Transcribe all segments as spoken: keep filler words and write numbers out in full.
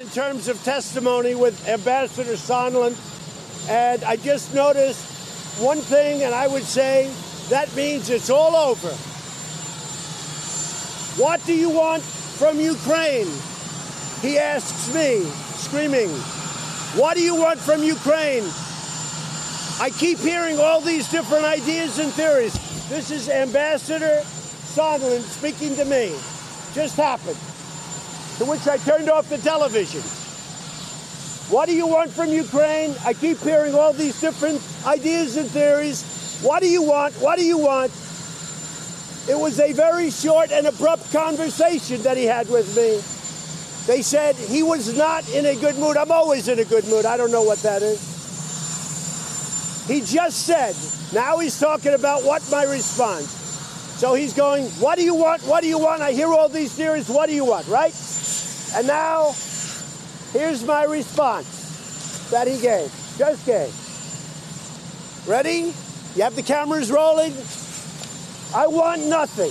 In terms of testimony with Ambassador Sondland, and I just noticed one thing, and I would say that means it's all over. What do you want from Ukraine? He asks me, screaming. What do you want from Ukraine? I keep hearing all these different ideas and theories. This is Ambassador Sondland speaking to me. Just happened. To which I turned off the television. What do you want from Ukraine? I keep hearing all these different ideas and theories. What do you want? What do you want? It was a very short and abrupt conversation that he had with me. They said he was not in a good mood. I'm always in a good mood. I don't know what that is. He just said, now he's talking about what my response. So he's going, what do you want? What do you want? I hear all these theories. What do you want, right? And now, here's my response that he gave, just gave. Ready? You have the cameras rolling? I want nothing.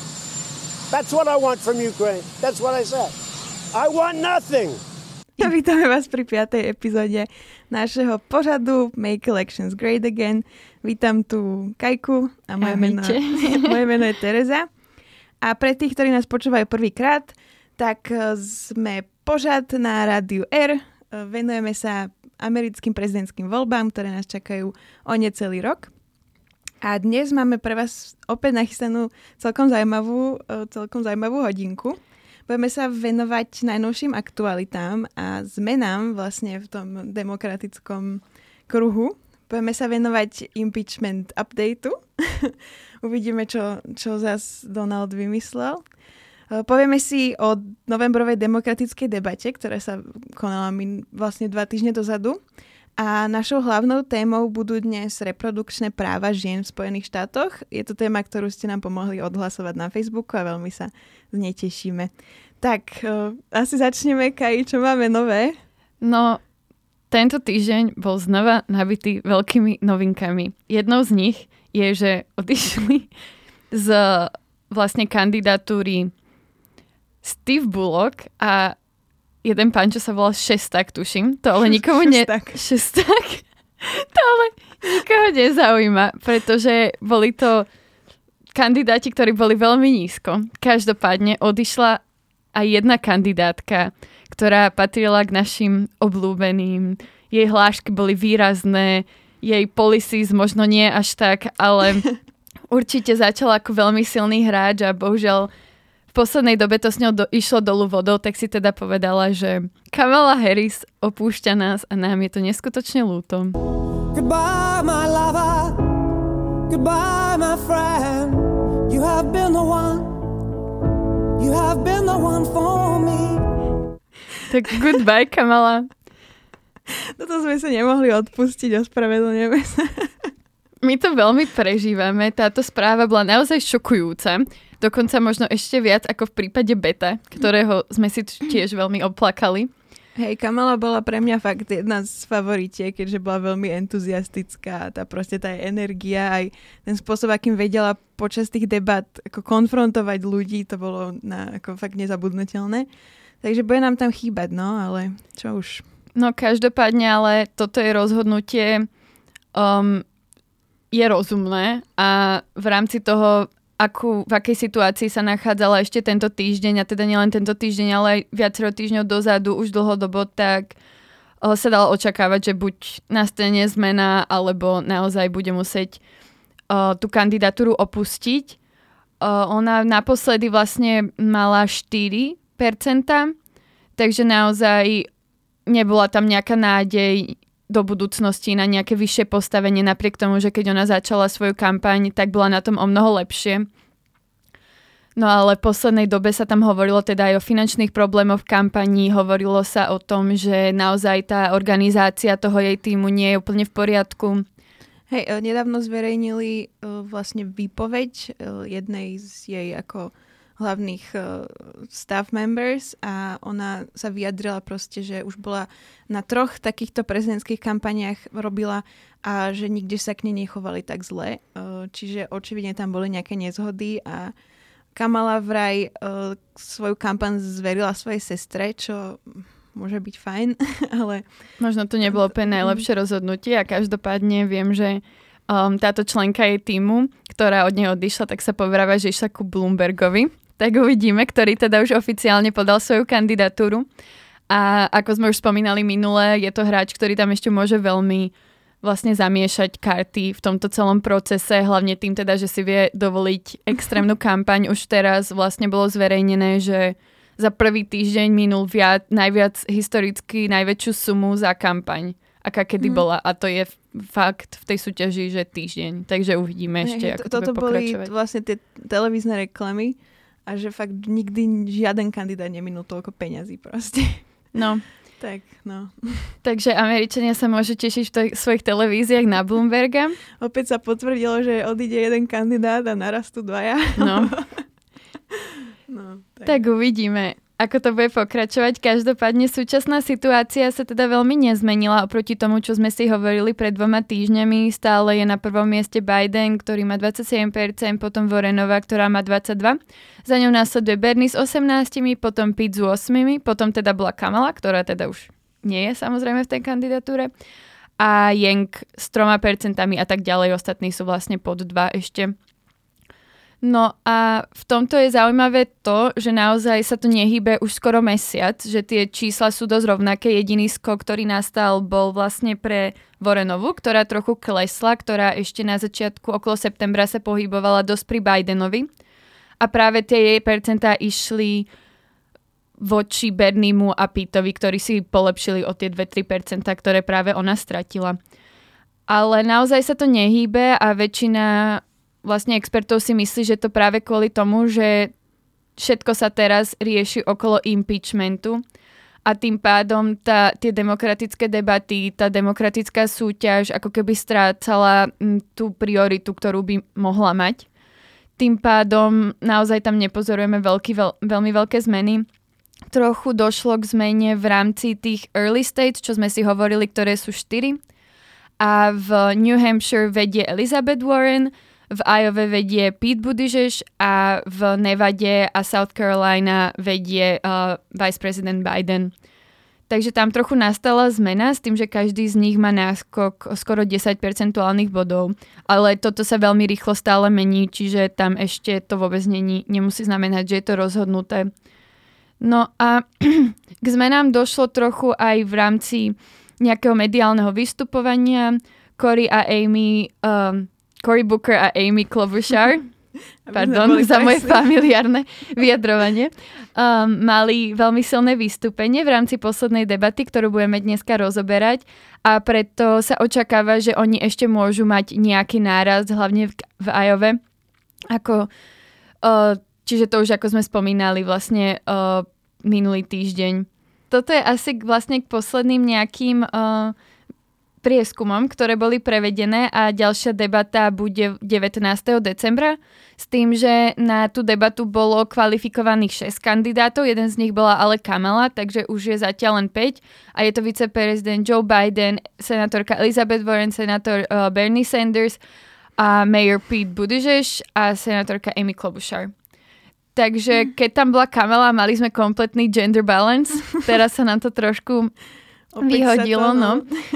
That's what I want from Ukraine. That's what I said. I want nothing. Vítame vás pri piatej epizóde našeho pořadu Make Elections Great Again. Vítam tu Kajku a moje, meno, moje meno je Tereza. A pre tých, ktorí nás počúvajú prvýkrát, tak sme pořad na Rádiu R. Venujeme sa americkým prezidentským voľbám, ktoré nás čakajú o necelý rok. A dnes máme pre vás opäť nachystanú celkom zaujímavú, celkom zaujímavú hodinku. Budeme sa venovať najnovším aktualitám a zmenám vlastne v tom demokratickom kruhu. Budeme sa venovať impeachment updateu. Uvidíme, čo, čo zas Donald vymyslel. Povieme si o novembrovej demokratickej debate, ktorá sa konala min, vlastne dva týždne dozadu. A našou hlavnou témou budú dnes reprodukčné práva žien v Spojených štátoch. Je to téma, ktorú ste nám pomohli odhlasovať na Facebooku a veľmi sa z nej tešíme. Tak, uh, asi začneme, Kaj, čo máme nové? No, tento týždeň bol znova nabitý veľkými novinkami. Jednou z nich je, že odišli z vlastne kandidatúry Steve Bullock a jeden pán, čo sa volal Šestak, tuším. To ale nikomu ne... Šestak. To ale nikoho nezaujíma, pretože boli to kandidáti, ktorí boli veľmi nízko. Každopádne odišla aj jedna kandidátka, ktorá patrila k našim obľúbeným. Jej hlášky boli výrazné, jej policies možno nie až tak, ale určite začala ako veľmi silný hráč a bohužiaľ v poslednej dobe to s ňou do, išlo dolu vodou, tak si teda povedala, že Kamala Harris opúšťa nás a nám je to neskutočne ľúto. Goodbye, my lover. Goodbye, my friend. You have been the one. You have been the one for me. Tak goodbye, Kamala. Toto sme sa nemohli odpustiť, ospravedlňujeme sa. My to veľmi prežívame. Táto správa bola naozaj šokujúca. Dokonca možno ešte viac ako v prípade Beta, ktorého sme si tiež veľmi oplakali. Hej, Kamala bola pre mňa fakt jedna z favoritiek, keďže bola veľmi entuziastická. Tá proste tá energia, aj ten spôsob, akým vedela počas tých debat ako konfrontovať ľudí, to bolo na, ako fakt nezabudnutelné. Takže bude nám tam chýbať, no, ale čo už. No každopádne, ale toto je rozhodnutie um, je rozumné a v rámci toho, akú, v akej situácii sa nachádzala ešte tento týždeň, a teda nielen tento týždeň, ale aj viacero týždňov dozadu, už dlhodobo, tak uh, sa dalo očakávať, že buď nastane zmena, alebo naozaj bude musieť uh, tú kandidatúru opustiť. Uh, ona naposledy vlastne mala štyri percentá, takže naozaj nebola tam nejaká nádej do budúcnosti na nejaké vyššie postavenie, napriek tomu, že keď ona začala svoju kampaň, tak bola na tom o mnoho lepšie. No ale v poslednej dobe sa tam hovorilo teda aj o finančných problémoch v kampani, hovorilo sa o tom, že naozaj tá organizácia toho jej týmu nie je úplne v poriadku. Hej, nedávno zverejnili uh, vlastne výpoveď uh, jednej z jej ako hlavných uh, staff members a ona sa vyjadrila proste, že už bola na troch takýchto prezidentských kampaniách robila a že nikde sa k nej nechovali tak zle. Uh, čiže očividne tam boli nejaké nezhody a Kamala vraj uh, svoju kampaň zverila svojej sestre, čo môže byť fajn, ale... Možno to nebolo úplne najlepšie rozhodnutie a každopádne viem, že um, táto členka jej týmu, ktorá od nej odišla, tak sa povráva, že išla ku Bloombergovi. Tak uvidíme, ktorý teda už oficiálne podal svoju kandidatúru. A ako sme už spomínali minule, je to hráč, ktorý tam ešte môže veľmi vlastne zamiešať karty v tomto celom procese, hlavne tým teda, že si vie dovoliť extrémnu kampaň. Už teraz vlastne bolo zverejnené, že za prvý týždeň minul viac, najviac historicky najväčšiu sumu za kampaň, aká kedy mm. bola. A to je fakt v tej súťaži, že týždeň. Takže uvidíme ešte, hey, ako to, to bude pokračovať. Toto boli vlastne tie televízne reklamy a že fakt nikdy žiaden kandidát neminul toľko peňazí proste. No. Tak, no. Takže Američania sa môžu tešiť v te- svojich televíziách na Bloomberga. Opäť sa potvrdilo, že odíde jeden kandidát a narastú dvaja. No. no tak. tak uvidíme, ako to bude pokračovať. Každopádne súčasná situácia sa teda veľmi nezmenila oproti tomu, čo sme si hovorili pred dvoma týždňami. Stále je na prvom mieste Biden, ktorý má dvadsaťsedem percent, potom Warrenová, ktorá má dvadsaťdva percent. Za ňou následuje Bernie s osemnásť percent, potom Pete s osem percent, potom teda bola Kamala, ktorá teda už nie je samozrejme v tej kandidatúre, a Yang s troma percentami a tak ďalej. Ostatní sú vlastne pod dva ešte. No a v tomto je zaujímavé to, že naozaj sa to nehýbe už skoro mesiac, že tie čísla sú dosť rovnaké. Jediný skok, ktorý nastal, bol vlastne pre Warrenovu, ktorá trochu klesla, ktorá ešte na začiatku okolo septembra sa pohybovala dosť pri Bidenovi. A práve tie jej percentá išli voči Berniemu a Petovi, ktorí si polepšili o tie dva až tri percentá, ktoré práve ona stratila. Ale naozaj sa to nehýbe a väčšina vlastne expertov si myslí, že to práve kvôli tomu, že všetko sa teraz rieši okolo impeachmentu a tým pádom tá, tie demokratické debaty, tá demokratická súťaž ako keby strácala m, tú prioritu, ktorú by mohla mať. Tým pádom naozaj tam nepozorujeme veľký, veľ, veľmi veľké zmeny. Trochu došlo k zmene v rámci tých early states, čo sme si hovorili, ktoré sú štyri. A v New Hampshire vedie Elizabeth Warren, v Iowa vedie Pete Buttigieg a v Nevade a South Carolina vedie uh, Vice President Biden. Takže tam trochu nastala zmena s tým, že každý z nich má náskok skoro desať percentuálnych bodov. Ale toto sa veľmi rýchlo stále mení, čiže tam ešte to vôbec není, nemusí znamenať, že je to rozhodnuté. No a k zmenám došlo trochu aj v rámci nejakého mediálneho vystupovania. Cory a Amy, um, Cory Booker a Amy Klobuchar, pardon za moje familiárne vyjadrovanie, um, mali veľmi silné vystúpenie v rámci poslednej debaty, ktorú budeme dneska rozoberať, a preto sa očakáva, že oni ešte môžu mať nejaký nárast, hlavne v, v Iowa. Ako, uh, čiže to už ako sme spomínali vlastne uh, minulý týždeň. Toto je asi vlastne k posledným nejakým uh, prieskumom, ktoré boli prevedené, a ďalšia debata bude devätnásteho decembra s tým, že na tú debatu bolo kvalifikovaných šesť kandidátov, jeden z nich bola ale Kamala, takže už je zatiaľ len päť a je to viceprezident Joe Biden, senátorka Elizabeth Warren, senátor uh, Bernie Sanders a mayor Pete Buttigieg a senátorka Amy Klobuchar. Takže keď tam bola Kamala, mali sme kompletný gender balance, teraz sa nám to trošku vyhodilo, to, no.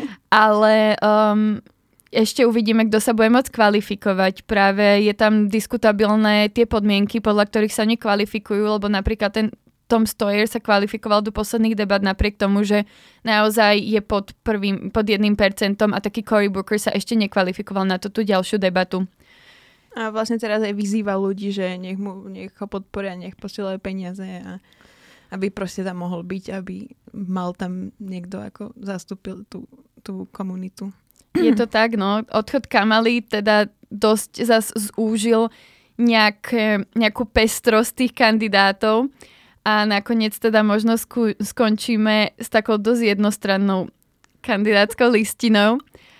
Ale um, ešte uvidíme, kto sa bude môcť kvalifikovať. Práve je tam diskutabilné tie podmienky, podľa ktorých sa nekvalifikujú, lebo napríklad ten Tom Steyer sa kvalifikoval do posledných debat napriek tomu, že naozaj je pod, prvým, pod jedným percentom, a taký Cory Booker sa ešte nekvalifikoval na tú ďalšiu debatu. A vlastne teraz aj vyzýva ľudí, že nech, mu, nech ho podporia, nech posielajú peniaze a aby proste tam mohol byť, aby mal tam niekto ako zastúpil tú, tú komunitu. Je to tak, no. Odchod Kamaly teda dosť zas zúžil nejaké, nejakú pestrosť tých kandidátov a nakoniec teda možno sku- skončíme s takou dosť jednostrannou kandidátskou listinou.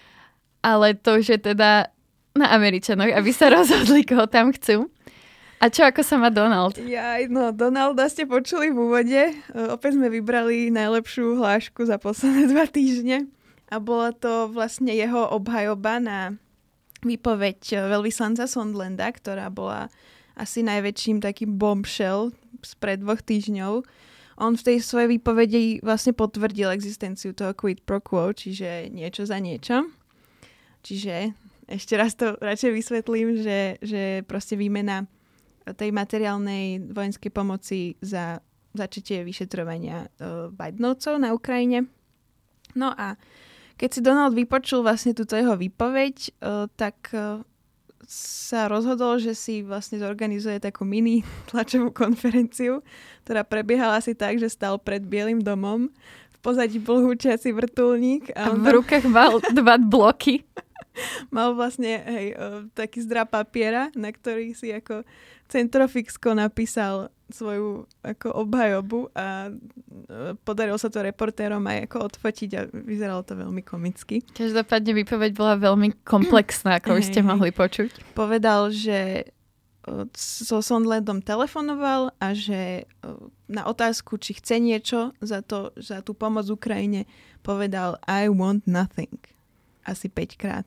Ale to, že teda na Američanoch, aby sa rozhodli, koho tam chcú. A čo, ako sa má Donald? Jaj, no Donalda ste počuli v úvode. Uh, opäť sme vybrali najlepšiu hlášku za posledné dva týždne. A bola to vlastne jeho obhajoba na výpoveď veľvyslanca Sondlanda, ktorá bola asi najväčším takým bombshell spred dvoch týždňov. on v tej svojej výpovedi vlastne potvrdil existenciu toho quid pro quo, čiže niečo za niečo. Čiže ešte raz to radšej vysvetlím, že, že proste výmena tej materiálnej vojenskej pomoci za začatie vyšetrovania uh, Bidenovcov na Ukrajine. No a keď si Donald vypočul vlastne túto jeho výpoveď, uh, tak uh, sa rozhodol, že si vlastne zorganizuje takú mini tlačovú konferenciu, ktorá prebiehala asi tak, že stal pred Bielým domom. V pozadí bol húčiaci vrtuľník. A, a v rukách mal dva bloky. Mal vlastne hej, taký zdráp papiera, na ktorý si ako centrofixko napísal svoju ako obhajobu a podarilo sa to reportérom aj ako odfotiť a vyzeralo to veľmi komicky. Každopádne výpoveď bola veľmi komplexná, ako už ste mohli počuť. Povedal, že so Sondlandom telefonoval a že na otázku, či chce niečo za, to, za tú pomoc Ukrajine, povedal I want nothing. Asi päťkrát.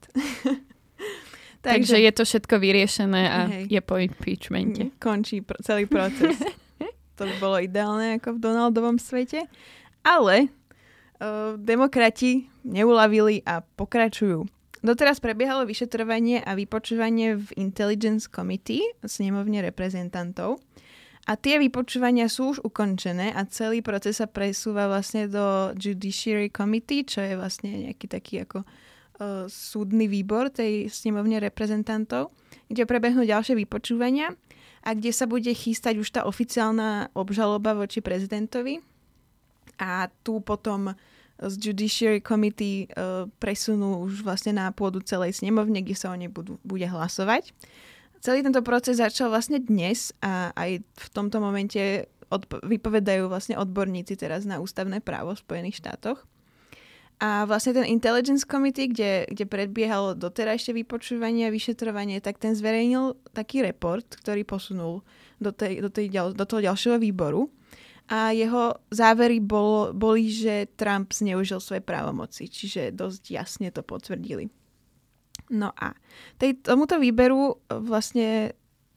Takže je to všetko vyriešené a hej. je po impeachmente. Končí pr- celý proces. To by bolo ideálne ako v Donaldovom svete. Ale uh, demokrati neuľavili a pokračujú. Doteraz prebiehalo vyšetrovanie a vypočúvanie v Intelligence Committee, snemovne reprezentantov. A tie vypočúvania sú už ukončené a celý proces sa presúva vlastne do Judiciary Committee, čo je vlastne nejaký taký ako uh, súdny výbor tej snemovne reprezentantov, kde prebehnú ďalšie vypočúvania a kde sa bude chystať už tá oficiálna obžaloba voči prezidentovi. A tu potom z Judiciary Committee uh, presunú už vlastne na pôdu celej snemovne, kde sa o nej budú, bude hlasovať. Celý tento proces začal vlastne dnes a aj v tomto momente odpo- vypovedajú vlastne odborníci teraz na ústavné právo v Spojených štátoch. A vlastne ten Intelligence Committee, kde, kde predbiehalo doterajšie vypočúvanie a vyšetrovanie, tak ten zverejnil taký report, ktorý posunul do, tej, do, tej, do toho ďalšieho výboru. A jeho závery bolo, boli, že Trump zneužil svoje právomoci, čiže dosť jasne to potvrdili. No a tej, tomuto výberu vlastne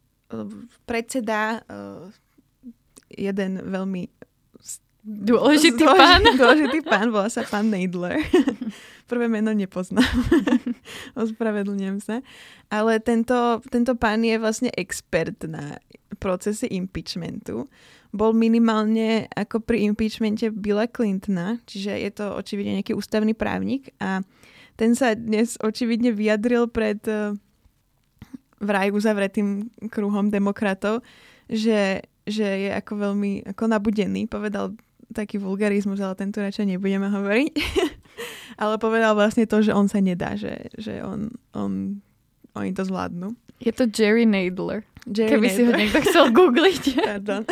predseda uh, jeden veľmi dôležitý pán. Dôležitý pán, volá sa pán Nadler. Prvé meno nepoznám. Ospravedlňujem sa. Ale tento, tento pán je vlastne expert na procese impeachmentu. Bol minimálne ako pri impeachmente Billa Clintona, čiže je to očividne nejaký ústavný právnik a ten sa dnes očividne vyjadril pred uh, vraj uzavretým kruhom demokratov, že, že je ako veľmi ako nabudený. Povedal taký vulgarizmus, ale tento radšej nebudeme hovoriť. Ale povedal vlastne to, že on sa nedá, že, že on, on, oni to zvládnu. Je to Jerry Nadler. Jerry Keby Nadler. si ho niekto chcel googliť. Pardon.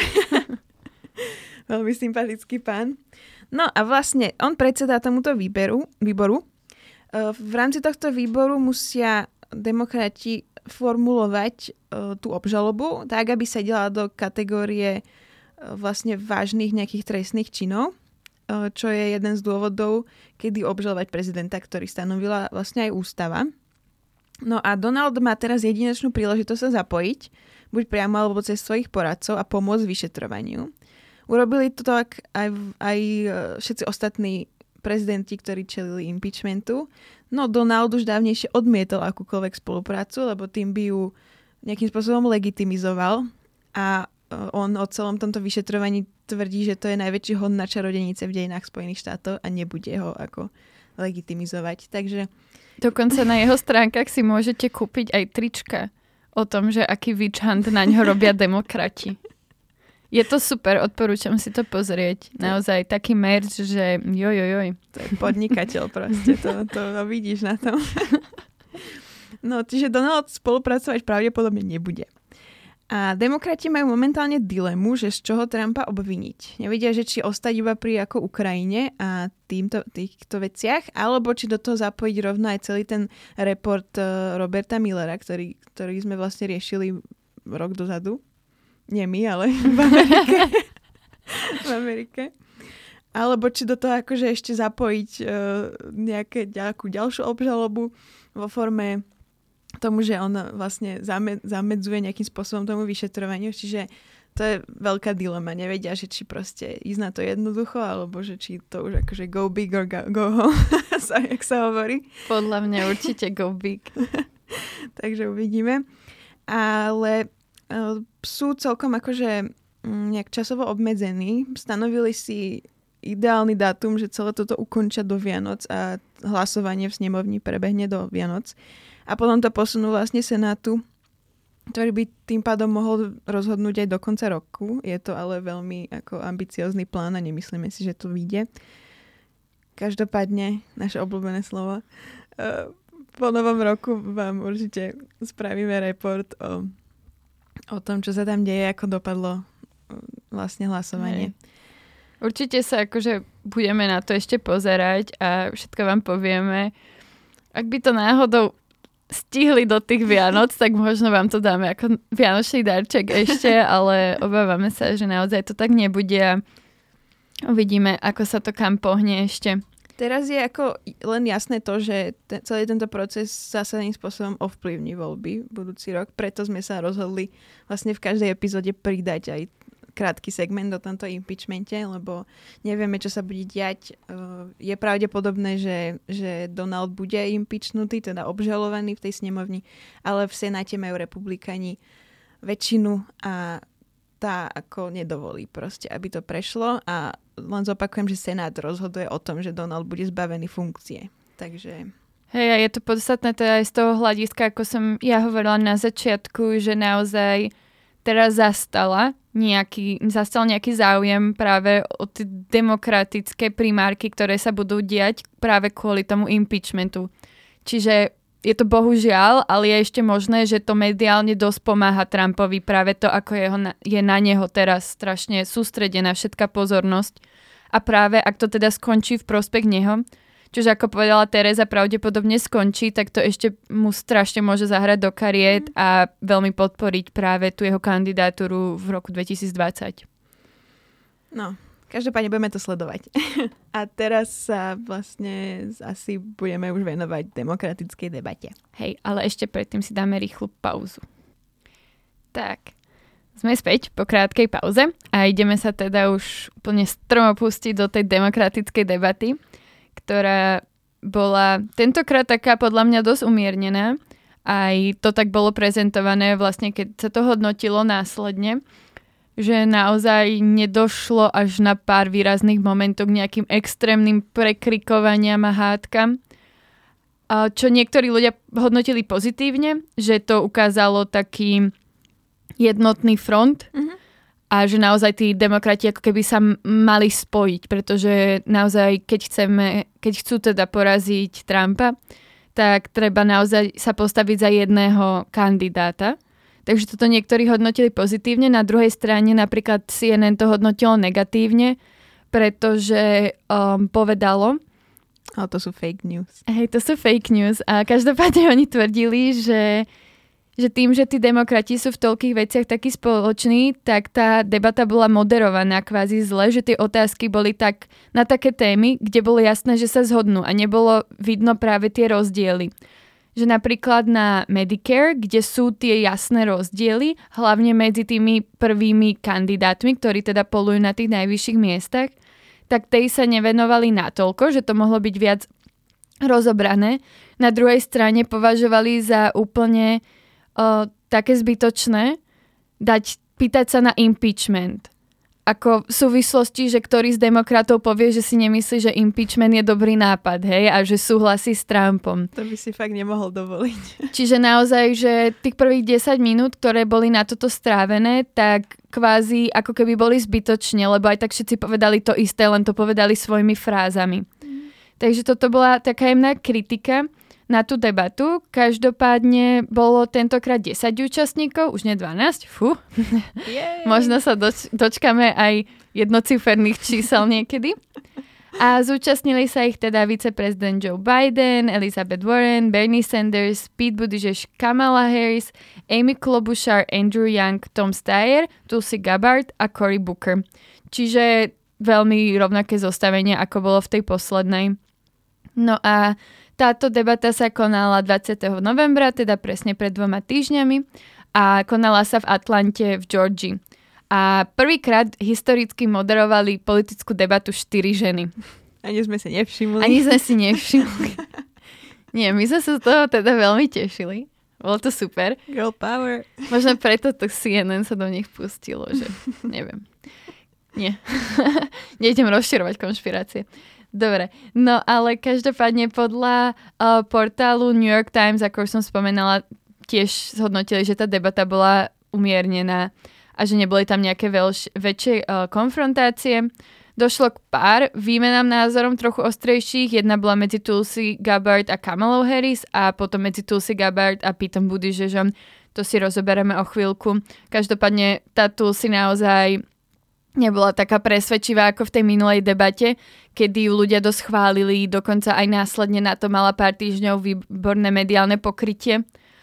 Veľmi sympatický pán. No a vlastne on predsedá tomuto výberu, výboru. V rámci tohto výboru musia demokrati formulovať uh, tú obžalobu tak, aby sa delala do kategórie uh, vlastne vážnych nejakých trestných činov, uh, čo je jeden z dôvodov, kedy obžalovať prezidenta, ktorý stanovila vlastne aj ústava. No a Donald má teraz jedinečnú príležitosť sa zapojiť, buď priamo alebo cez svojich poradcov a pomôcť vyšetrovaniu. Urobili to tak aj, aj všetci ostatní prezidenti, ktorí čelili impeachmentu. No Donald už dávnejšie odmietol akúkoľvek spoluprácu, lebo tým by ju nejakým spôsobom legitimizoval a on o celom tomto vyšetrovaní tvrdí, že to je najväčší hon na čarodenice v dejinách Spojených štátov a nebude ho ako legitimizovať. Takže dokonca na jeho stránkach si môžete kúpiť aj trička o tom, že aký witch hunt na ňo robia demokrati. Je to super, odporúčam si to pozrieť. Naozaj taký merch, že joj, joj, joj. To je podnikateľ proste, to, to, to vidíš na tom. No, čiže Donald spolupracovať pravdepodobne nebude. A demokrati majú momentálne dilemu, že z čoho Trumpa obviniť. Nevedia, že či ostať iba pri ako Ukrajine a týmto, týchto veciach, alebo či do toho zapojiť rovno aj celý ten report Roberta Millera, ktorý, ktorý sme vlastne riešili rok dozadu. Nie my, ale v Amerike. v Amerike. Alebo či do toho akože ešte zapojiť uh, nejaké, nejakú ďalšiu obžalobu vo forme tomu, že on vlastne zame, zamedzuje nejakým spôsobom tomu vyšetrovaniu. Čiže to je veľká dilema. Nevedia, že či proste ísť na to jednoducho, alebo že či to už akože go big or go, go home, jak sa hovorí. Podľa mňa určite go big. Takže uvidíme. Ale uh, sú celkom akože nejak časovo obmedzení. Stanovili si ideálny dátum, že celé toto ukončia do Vianoc a hlasovanie v snemovni prebehne do Vianoc. A potom to posunú vlastne Senátu, ktorý by tým pádom mohol rozhodnúť aj do konca roku. Je to ale veľmi ako ambiciózny plán a nemyslíme si, že to vyjde. Každopádne, naše obľúbené slovo. Po novom roku vám určite spravíme report o, o tom, čo sa tam deje, ako dopadlo vlastne hlasovanie. Hej. Určite sa akože budeme na to ešte pozerať a všetko vám povieme. Ak by to náhodou stihli do tých Vianoc, tak možno vám to dáme ako vianočný darček ešte, ale obávame sa, že naozaj to tak nebude a uvidíme, ako sa to kam pohne ešte. Teraz je ako len jasné to, že ten, celý tento proces zásadným spôsobom ovplyvní voľby budúci rok, preto sme sa rozhodli vlastne v každej epizóde pridať aj krátky segment o tomto impeachmente, lebo nevieme, čo sa bude diať. Je pravdepodobné, že, že Donald bude impeachnutý, teda obžalovaný v tej snemovni, ale v Senáte majú republikáni väčšinu a tá ako nedovolí proste, aby to prešlo a len zopakujem, že Senát rozhoduje o tom, že Donald bude zbavený funkcie. Takže... Hej, a je to podstatné teda aj z toho hľadiska, ako som ja hovorila na začiatku, že naozaj teraz zastala nejaký, zastal nejaký záujem práve o tie demokratické primárky, ktoré sa budú diať práve kvôli tomu impeachmentu. Čiže je to bohužiaľ, ale je ešte možné, že to mediálne dosť pomáha Trumpovi práve to, ako jeho, je na neho teraz strašne sústredená všetká pozornosť. A práve ak to teda skončí v prospech neho, čiže ako povedala Tereza, pravdepodobne skončí, tak to ešte mu strašne môže zahrať do kariét a veľmi podporiť práve tú jeho kandidatúru v roku dvetisícdvadsať. No, každopádne budeme to sledovať. A teraz sa vlastne asi budeme už venovať demokratickej debate. Hej, ale ešte predtým si dáme rýchlu pauzu. Tak, sme späť po krátkej pauze a ideme sa teda už úplne stromo pustiť do tej demokratickej debaty, ktorá bola tentokrát taká podľa mňa dosť umiernená. Aj to tak bolo prezentované vlastne, keď sa to hodnotilo následne, že naozaj nedošlo až na pár výrazných momentov k nejakým extrémnym prekrikovaniam a hádkam. A čo niektorí ľudia hodnotili pozitívne, že to ukázalo taký jednotný front, mm-hmm. A že naozaj tí demokrati ako keby sa mali spojiť, pretože naozaj keď chceme, keď chcú teda poraziť Trumpa, tak treba naozaj sa postaviť za jedného kandidáta. Takže toto niektorí hodnotili pozitívne, na druhej strane napríklad C N N to hodnotilo negatívne, pretože um, povedalo, ale to sú fake news. Hej, to sú fake news a každopádne oni tvrdili, že že tým, že tí demokrati sú v toľkých veciach takí spoloční, tak tá debata bola moderovaná kvázi zle, že tie otázky boli tak na také témy, kde bolo jasné, že sa zhodnú a nebolo vidno práve tie rozdiely. Že napríklad na Medicare, kde sú tie jasné rozdiely, hlavne medzi tými prvými kandidátmi, ktorí teda polujú na tých najvyšších miestach, tak tej sa nevenovali natoľko, že to mohlo byť viac rozobrané. Na druhej strane považovali za úplne O, také zbytočné dať, pýtať sa na impeachment. Ako v súvislosti, že ktorý z demokratov povie, že si nemyslí, že impeachment je dobrý nápad, hej, a že súhlasí s Trumpom. To by si fakt nemohol dovoliť. Čiže naozaj, že tých prvých desať minút, ktoré boli na toto strávené, tak kvázi ako keby boli zbytočne, lebo aj tak všetci povedali to isté, len to povedali svojimi frázami. Mm. Takže toto bola taká jemná kritika na tú debatu. Každopádne bolo tentokrát desať účastníkov, už nie dvanásť, fú. Možno sa doč- dočkame aj jednociferných čísel niekedy. A zúčastnili sa ich teda viceprezident Joe Biden, Elizabeth Warren, Bernie Sanders, Pete Buttigieg, Kamala Harris, Amy Klobuchar, Andrew Yang, Tom Steyer, Tulsi Gabbard a Cory Booker. Čiže veľmi rovnaké zostavenie, ako bolo v tej poslednej. No a táto debata sa konala dvadsiateho novembra, teda presne pred dvoma týždňami a konala sa v Atlante v Georgii. A prvýkrát historicky moderovali politickú debatu štyri ženy. Ani sme si nevšimli. Ani sme si nevšimli. Nie, my sme sa z toho teda veľmi tešili. Bolo to super. Girl power. Možno preto to C N N sa do nich pustilo, že neviem. Nie. Nejdem rozširovať konšpirácie. Dobre, no ale každopádne podľa uh, portálu New York Times, ako už som spomenala, tiež zhodnotili, že tá debata bola umiernená a že neboli tam nejaké veľš- väčšie uh, konfrontácie. Došlo k pár výmenám názorom trochu ostrejších. Jedna bola medzi Tulsi Gabbard a Kamalou Harris a potom medzi Tulsi Gabbard a Petom Buttigiegom. To si rozoberieme o chvíľku. Každopádne tá Tulsi naozaj nebola taká presvedčivá ako v tej minulej debate, kedy ju ľudia dosť chválili, dokonca aj následne na to mala pár týždňov výborné mediálne pokrytie.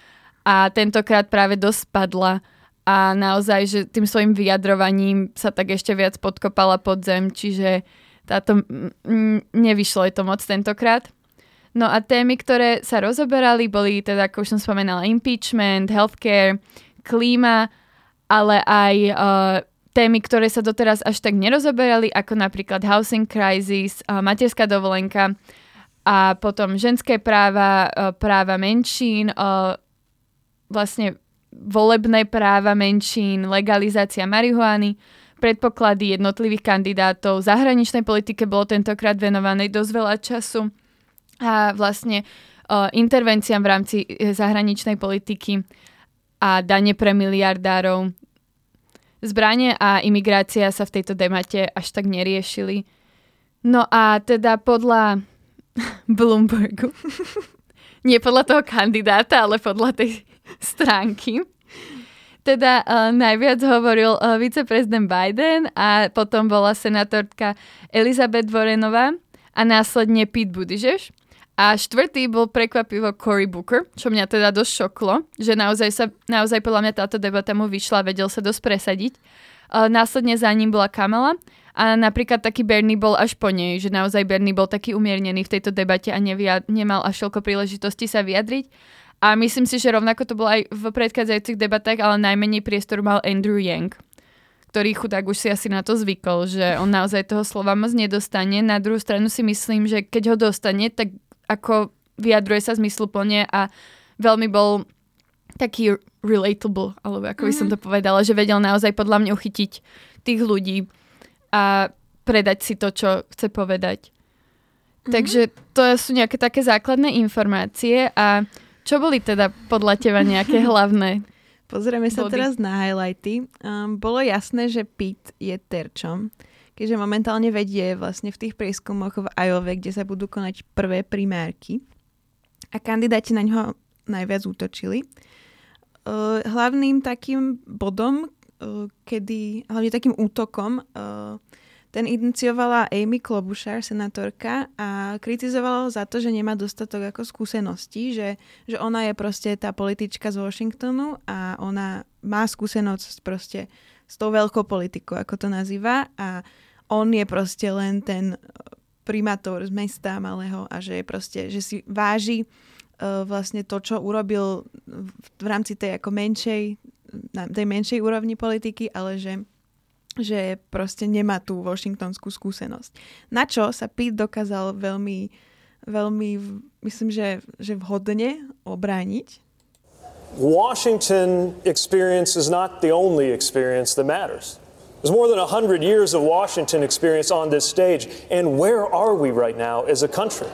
A tentokrát práve dosť padla. A naozaj, že tým svojim vyjadrovaním sa tak ešte viac podkopala pod zem, čiže táto m- nevyšlo je to moc tentokrát. No a témy, ktoré sa rozoberali, boli teda, ako už som spomenala, impeachment, healthcare, klíma, ale aj uh, témy, ktoré sa doteraz až tak nerozoberali, ako napríklad housing crisis, uh, materská dovolenka a potom ženské práva, uh, práva menšín, uh, vlastne volebné práva menšín, legalizácia marihuany, predpoklady jednotlivých kandidátov. Zahraničnej politike bolo tentokrát venované dosť veľa času a vlastne uh, intervenciám v rámci zahraničnej politiky a dane pre miliardárov. Zbranie a imigrácia sa v tejto debate až tak neriešili. No a teda podľa Bloombergu, nie podľa toho kandidáta, ale podľa tej stránky. Teda uh, najviac hovoril uh, viceprezident Biden a potom bola senátorka Elizabeth Warrenová a následne Pete Buttigieg. A štvrtý bol prekvapivo Cory Booker, čo mňa teda dosť šoklo, že naozaj, sa, naozaj podľa mňa táto debata mu vyšla, vedel sa dosť presadiť. Uh, následne za ním bola Kamala a napríklad taký Bernie bol až po nej, že naozaj Bernie bol taký umiernený v tejto debate a nevia, nemal až toľko príležitosti sa vyjadriť. A myslím si, že rovnako to bolo aj v predchádzajúcich debatách, ale najmenej priestor mal Andrew Yang, ktorý chudák už si asi na to zvykol, že on naozaj toho slova moc nedostane. Na druhú stranu si myslím, že keď ho dostane, tak ako vyjadruje sa zmysluplne a veľmi bol taký relatable, alebo ako by som to povedala, že vedel naozaj podľa mňa uchytiť tých ľudí a predať si to, čo chce povedať. Mm-hmm. Takže to sú nejaké také základné informácie a čo boli teda podľa teba nejaké hlavné? Pozrieme sa body. Teraz na highlighty. Um, bolo jasné, že Pete je terčom, keďže momentálne vedie vlastne v tých prieskumoch v Iowa, kde sa budú konať prvé primárky. A kandidáti na ňo najviac útočili. Uh, hlavným takým bodom, uh, kedy, hlavne takým útokom, uh, ten iniciovala Amy Klobuchar, senátorka, a kritizovala za to, že nemá dostatok ako skúseností, že, že ona je proste tá politička z Washingtonu a ona má skúsenosť proste s tou veľkou politikou, ako to nazýva, a on je proste len ten primátor z mesta malého a že je proste, že si váži uh, vlastne to, čo urobil v, v rámci tej ako menšej, na tej menšej úrovni politiky, ale že že proste nemá tú washingtonskú skúsenosť. Na čo sa Pete dokázal veľmi, veľmi, myslím, že, že vhodne obrániť. Washington experience is not the only experience that matters. There's more than one hundred years of Washington experience on this stage, and where are we right now as a country?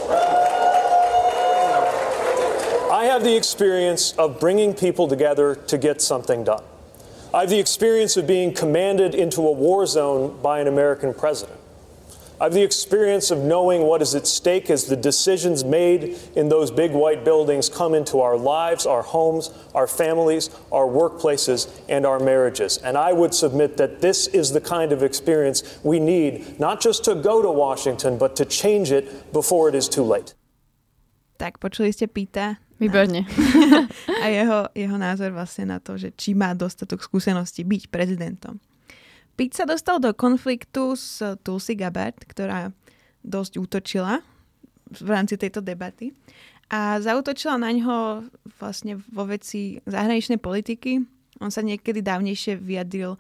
I have the experience of bringing people together to get something done. I have the experience of being commanded into a war zone by an American president. I have the experience of knowing what is at stake as the decisions made in those big white buildings come into our lives, our homes, our families, our workplaces, and our marriages. And I would submit that this is the kind of experience we need, not just to go to Washington, but to change it before it is too late. Tak, počuli ste Pita. Výborne. A jeho, jeho názor vlastne na to, že či má dostatok skúseností byť prezidentom. Pete sa dostal do konfliktu s Tulsi Gabbard, ktorá dosť útočila v rámci tejto debaty. A zaútočila na ňo vlastne vo veci zahraničnej politiky. On sa niekedy dávnejšie vyjadril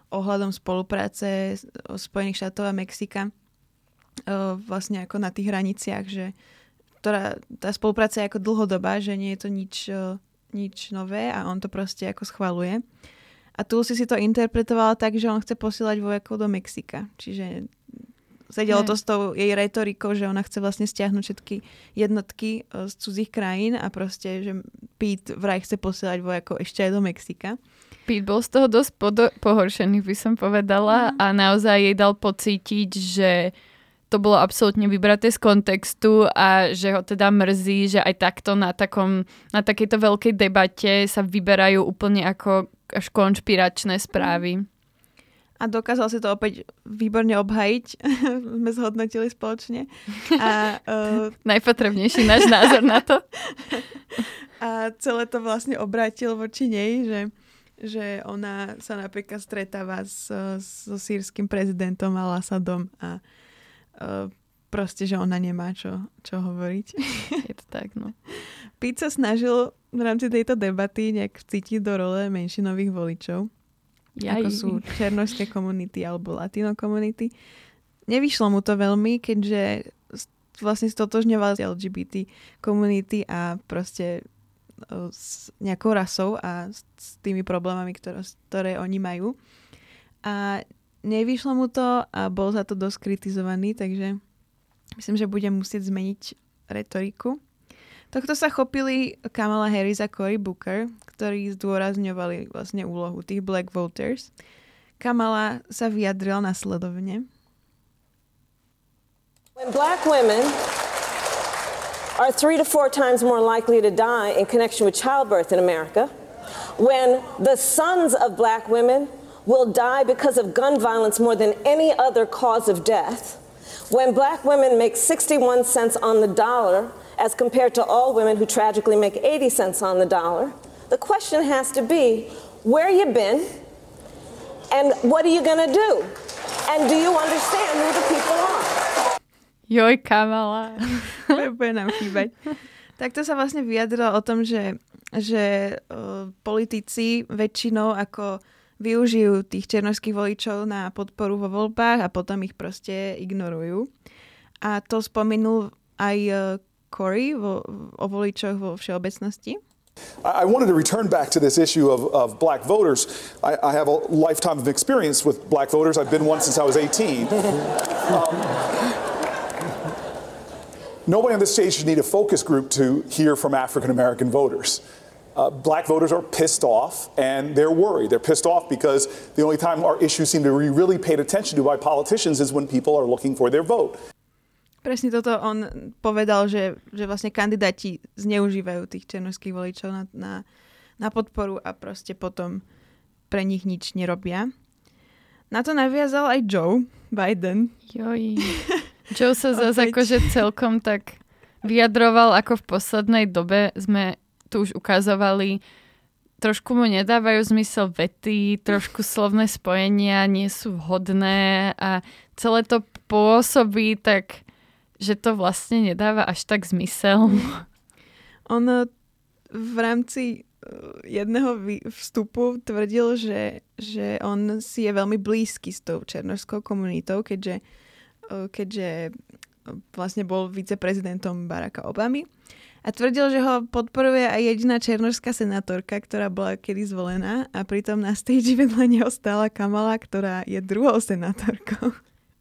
ohľadom spolupráce Spojených štátov a Mexika vlastne ako na tých hraniciach, že ktorá, tá spolupráca je ako dlhodobá, že nie je to nič, nič nové a on to proste ako schvaľuje. A Tulsi si to interpretovala tak, že on chce posielať vojakov do Mexika. Čiže sedelo to s tou jej retorikou, že ona chce vlastne stiahnuť všetky jednotky z cudzích krajín a proste, že Pete vraj chce posielať vojakov ešte aj do Mexika. Pete bol z toho dosť podo- pohoršený, by som povedala, mm. a naozaj jej dal pocítiť, že to bolo absolútne vybraté z kontextu a že ho teda mrzí, že aj takto na, takom, na takejto veľkej debate sa vyberajú úplne ako až konšpiračné správy. A dokázal si to opäť výborne obhajiť. Sme zhodnotili spoločne. A, uh... najpotrebnejší náš názor na to. A celé to vlastne obrátil voči nej, že, že ona sa napríklad stretáva s, so sýrskym prezidentom Al-Assadom a uh, proste, že ona nemá čo, čo hovoriť. Je to tak, no. Pete sa snažil v rámci tejto debaty nejak vcítiť do role menšinových voličov. Jaj. Ako sú černošské komunity alebo latino komunity. Nevyšlo mu to veľmi, keďže vlastne stotožňoval s el gé bé té komunity a proste s nejakou rasou a s tými problémami, ktoré, ktoré oni majú. A nevyšlo mu to a bol za to dosť kritizovaný, takže myslím, že bude musieť zmeniť retoriku. Tohto sa chopili Kamala Harris a Cory Booker, ktorí zdôrazňovali vlastne úlohu tých black voters. Kamala sa vyjadrila nasledovne. When black women are three to four times more likely to die in connection with childbirth in America, when the sons of black women will die because of gun violence more than any other cause of death, when black women make sixty-one cents on the dollar as compared to all women who tragically make eighty cents on the dollar, the question has to be, where you been and what are you going to do? And do you understand who the people are? Joj, Kamala. Bude nám chýbať. Takto sa vlastne vyjadrila o tom, že, že uh, politici väčšinou ako využijú tých černošských voličov na podporu vo voľbách a potom ich proste ignorujú. A to spomenul aj uh, Cory vo, o voličoch vo všeobecnosti. I wanted to return back to this issue of, of black voters. I, I have a lifetime of experience with black voters. I've been one since I was eighteen. Um, nobody on this stage should need a focus group to hear from African-American voters. Uh, black voters are pissed off and they're worried. They're pissed off because the only time our issues seem to be really paid attention to by politicians is when people are looking for their vote. Presne toto on povedal, že, že vlastne kandidáti zneužívajú tých černošských voličov na, na, na podporu a proste potom pre nich nič nerobia. Na to naviazal aj Joe Biden. Joj. Joe sa zase akože celkom tak vyjadroval, ako v poslednej dobe sme tu už ukazovali. Trošku mu nedávajú zmysel vety, trošku slovné spojenia nie sú vhodné a celé to pôsobí tak, že to vlastne nedáva až tak zmysel. On v rámci jedného vstupu tvrdil, že, že on si je veľmi blízky s tou černošskou komunitou, keďže, keďže vlastne bol viceprezidentom Baracka Obamy. A tvrdil, že ho podporuje aj jediná černošská senátorka, ktorá bola kedy zvolená a pritom na stage vedľa neho stála Kamala, ktorá je druhou senátorkou.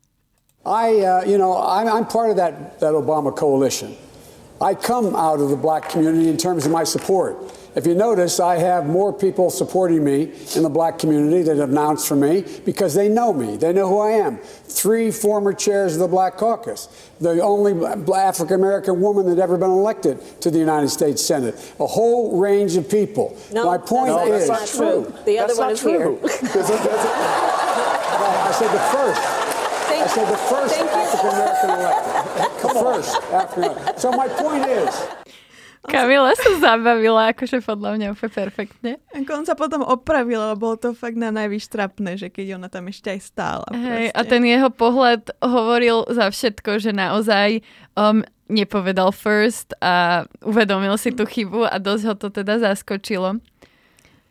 I, uh, you know, I'm, I'm part of that, that Obama coalition. I come out of the black community in terms of my support. If you notice, I have more people supporting me in the black community that have announced for me because they know me. They know who I am. Three former chairs of the Black Caucus. The only African-American woman that ever been elected to the United States Senate. A whole range of people. No, my point no, is... that's not true. The other that's one is true. here. there's a, there's a, no, I said the first. Thank I said the first African-American elected. The first African-American. So my point is... Kamila sa zabavila, akože podľa mňa úplne perfektne. On sa potom opravil, lebo bolo to fakt na najvyššie trapné, že keď ona tam ešte aj stála. Hej, a ten jeho pohľad hovoril za všetko, že naozaj um, nepovedal first a uvedomil si tú chybu a dosť ho to teda zaskočilo.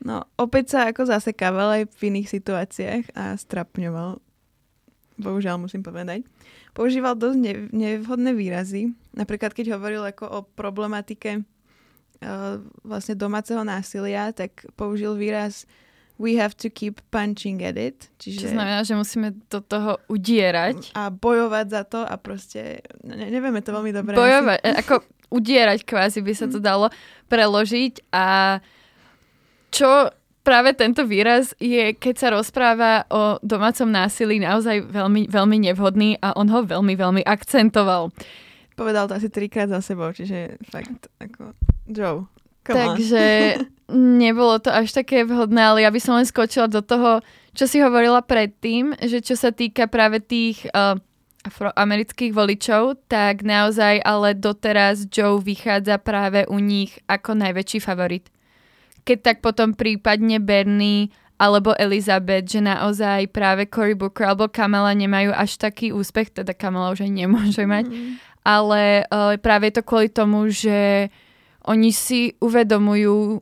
No, opäť sa ako zasekával aj v iných situáciách a strapňoval. Bohužiaľ musím povedať. Používal dosť ne- nevhodné výrazy. Napríklad, keď hovoril ako o problematike uh, vlastne domáceho násilia, tak použil výraz we have to keep punching at it. Čiže... Čo znamená, že musíme do toho udierať. A bojovať za to a proste, ne- nevieme to veľmi dobre. Bojovať, asi. Ako udierať kvázi by sa to dalo preložiť a čo práve tento výraz je, keď sa rozpráva o domácom násilí, naozaj veľmi, veľmi nevhodný a on ho veľmi, veľmi akcentoval. Povedal to asi trikrát za sebou, čiže fakt ako Joe. Takže nebolo to až také vhodné, ale ja by som len skočila do toho, čo si hovorila predtým, že čo sa týka práve tých uh, afroamerických voličov, tak naozaj ale doteraz Joe vychádza práve u nich ako najväčší favorit. Keď tak potom prípadne Bernie alebo Elizabeth, že naozaj práve Cory Booker alebo Kamala nemajú až taký úspech, teda Kamala už aj nemôže mať, mm. ale uh, práve je to kvôli tomu, že oni si uvedomujú,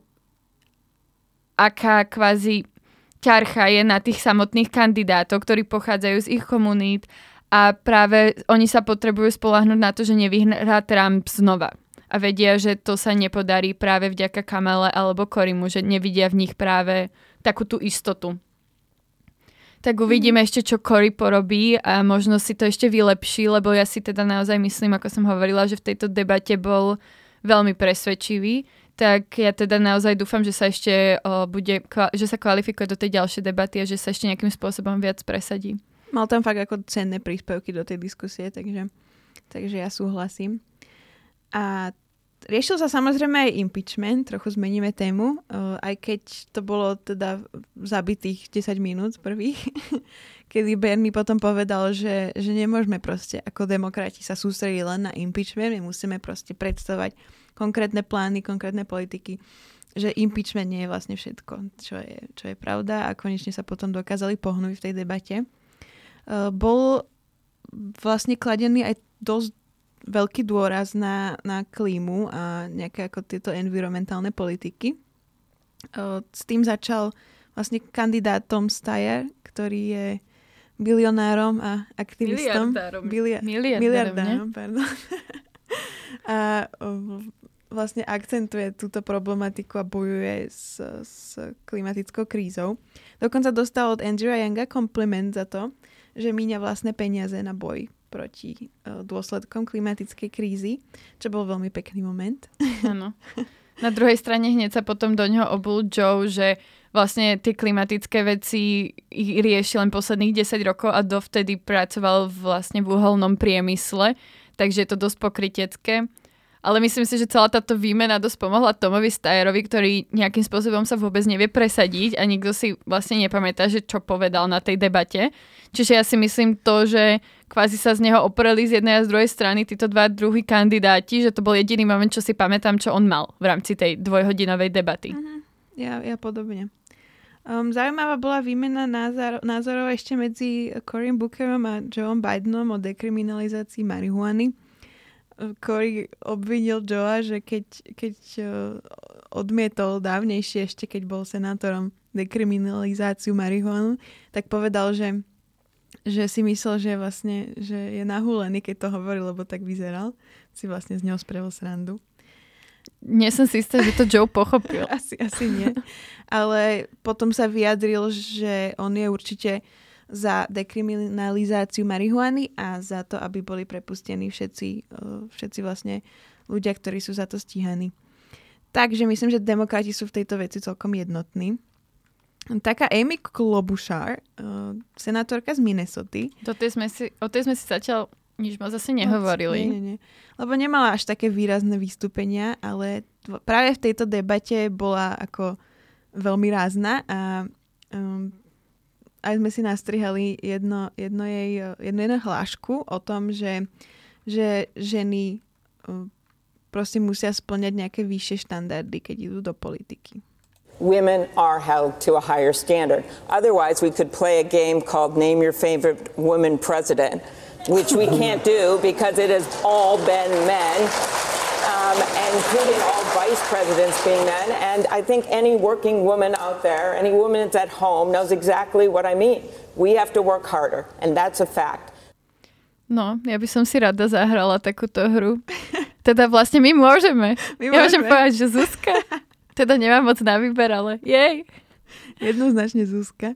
aká kvázi ťarcha je na tých samotných kandidátov, ktorí pochádzajú z ich komunít a práve oni sa potrebujú spoľahnúť na to, že nevyhrá Trump znova. A vedia, že to sa nepodarí práve vďaka Kamale alebo Corymu, že nevidia v nich práve takú tú istotu. Tak uvidíme mm. ešte, čo Cory porobí a možno si to ešte vylepší, lebo ja si teda naozaj myslím, ako som hovorila, že v tejto debate bol veľmi presvedčivý. Tak ja teda naozaj dúfam, že sa ešte o, bude, že sa kvalifikuje do tej ďalšej debaty a že sa ešte nejakým spôsobom viac presadí. Mal tam fakt ako cenné príspevky do tej diskusie, takže, takže ja súhlasím. A riešil sa samozrejme aj impeachment, trochu zmeníme tému, uh, aj keď to bolo teda zabitých desať minút prvých, kedy Bernie potom povedal, že, že nemôžeme proste ako demokrati sa sústrediť len na impeachment, my musíme proste predstavovať konkrétne plány, konkrétne politiky, že impeachment nie je vlastne všetko, čo je, čo je pravda a konečne sa potom dokázali pohnúť v tej debate. Uh, bol vlastne kladený aj dosť veľký dôraz na, na klímu a nejaké ako tieto environmentálne politiky. O, s tým začal vlastne kandidát Tom Steyer, ktorý je bilionárom a aktivistom. Miliardárom. Bilia- miliardárom, miliardárom pardon. A o, vlastne akcentuje túto problematiku a bojuje s, s klimatickou krízou. Dokonca dostal od Andrewa Younga kompliment za to, že míňa vlastné peniaze na boj proti uh, dôsledkom klimatickej krízy, čo bol veľmi pekný moment. Áno. Na druhej strane hneď sa potom do ňoho obul Joe, že vlastne tie klimatické veci rieši len posledných desať rokov a dovtedy pracoval vlastne v uholnom priemysle, takže je to dosť pokrytecké. Ale myslím si, že celá táto výmena dosť pomohla Tomovi Steyerovi, ktorý nejakým spôsobom sa vôbec nevie presadiť a nikto si vlastne nepamätá, že čo povedal na tej debate. Čiže ja si myslím to, že kvázi sa z neho opreli z jednej a z druhej strany títo dva druhí kandidáti, že to bol jediný moment, čo si pamätám, čo on mal v rámci tej dvojhodinovej debaty. Uh-huh. Ja, ja podobne. Um, zaujímavá bola výmena názor, názorov ešte medzi Corym Bookerom a Joeom Bidenom o dekriminalizácii marihuany. Cory obvinil Joea, že keď, keď odmietol dávnejšie, ešte keď bol senátorom, dekriminalizáciu marihuanu, tak povedal, že, že si myslel, že, vlastne, že je nahúlený, keď to hovoril, lebo tak vyzeral. Si vlastne z neho spravil srandu. Nie som si istá, že to Joe pochopil. asi, asi nie. Ale potom sa vyjadril, že on je určite za dekriminalizáciu marihuany a za to, aby boli prepustení všetci, všetci vlastne ľudia, ktorí sú za to stíhaní. Takže myslím, že demokrati sú v tejto veci celkom jednotní. Taká Amy Klobuchar, senátorka z Minnesoty. Do tej sme si, o tej sme si zatiaľ nič ma zase nehovorili. Nie, nie, nie. Lebo nemala až také výrazné vystúpenia, ale práve v tejto debate bola ako veľmi rázna a um, aj sme si nastrihali jedno, jedno jej, jedno, jedno hlášku o tom, že, že ženy um, prosím musia spĺňať nejaké vyššie štandardy, keď idú do politiky. Women are held to a higher standard. Otherwise, we could play a game called Name Your Favorite Woman President, which we can't do because it has all been men. um, including all vice presidents being men. And I think any working woman out there, any woman that's at home knows exactly what I mean. We have to work harder, and that's a fact. No, ja by som si rada zahrala takúto hru. Teda vlastne my môžeme. My ja môžeme. môžem povedať, že Zuzka. Teda nemám moc na výber, ale jej. Jednoznačne Zuzka.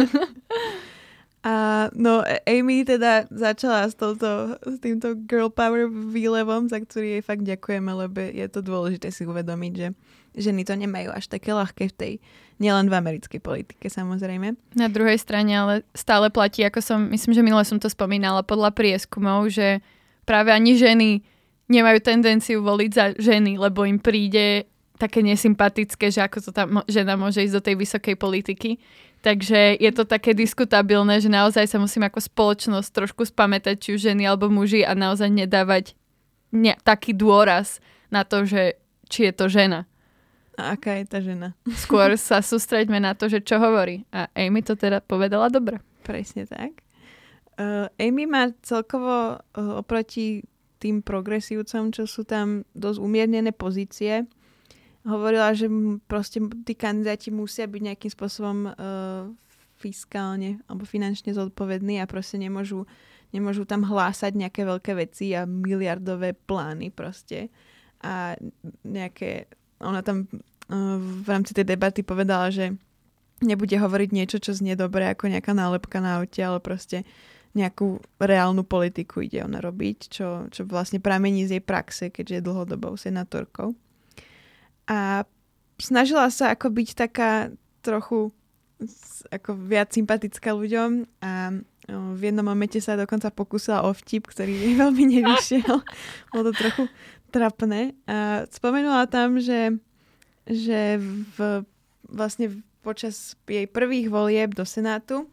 A no, Amy teda začala s, touto, s týmto girl power výlevom, za ktorý jej fakt ďakujeme, lebo je to dôležité si uvedomiť, že ženy to nemajú až také ľahké v tej, nielen v americkej politike samozrejme. Na druhej strane ale stále platí, ako som, myslím, že minule som to spomínala, podľa prieskumov, že práve ani ženy nemajú tendenciu voliť za ženy, lebo im príde také nesympatické, že ako to tá žena môže ísť do tej vysokej politiky. Takže je to také diskutabilné, že naozaj sa musíme ako spoločnosť trošku spamätať, či už ženy alebo muži a naozaj nedávať ne, taký dôraz na to, že či je to žena. A aká je tá žena? Skôr sa sústreďme na to, že čo hovorí. A Amy to teda povedala dobre. Presne tak. Uh, Amy má celkovo uh, oproti tým progresívcom, čo sú tam dosť umiernené pozície, hovorila, že proste tí kandidáti musia byť nejakým spôsobom uh, fiskálne alebo finančne zodpovední a proste nemôžu, nemôžu tam hlásať nejaké veľké veci a miliardové plány proste. A nejaké, ona tam uh, v rámci tej debaty povedala, že nebude hovoriť niečo, čo znie dobre ako nejaká nálepka na aute, ale proste nejakú reálnu politiku ide ona robiť, čo, čo vlastne pramení z jej praxe, keďže je dlhodobou senátorkou. A snažila sa ako byť taká trochu ako viac sympatická ľuďom a v jednom momente sa dokonca pokúsila o vtip, ktorý jej veľmi nevyšiel. Bolo to trochu trapné. A spomenula tam, že, že v, vlastne počas jej prvých volieb do Senátu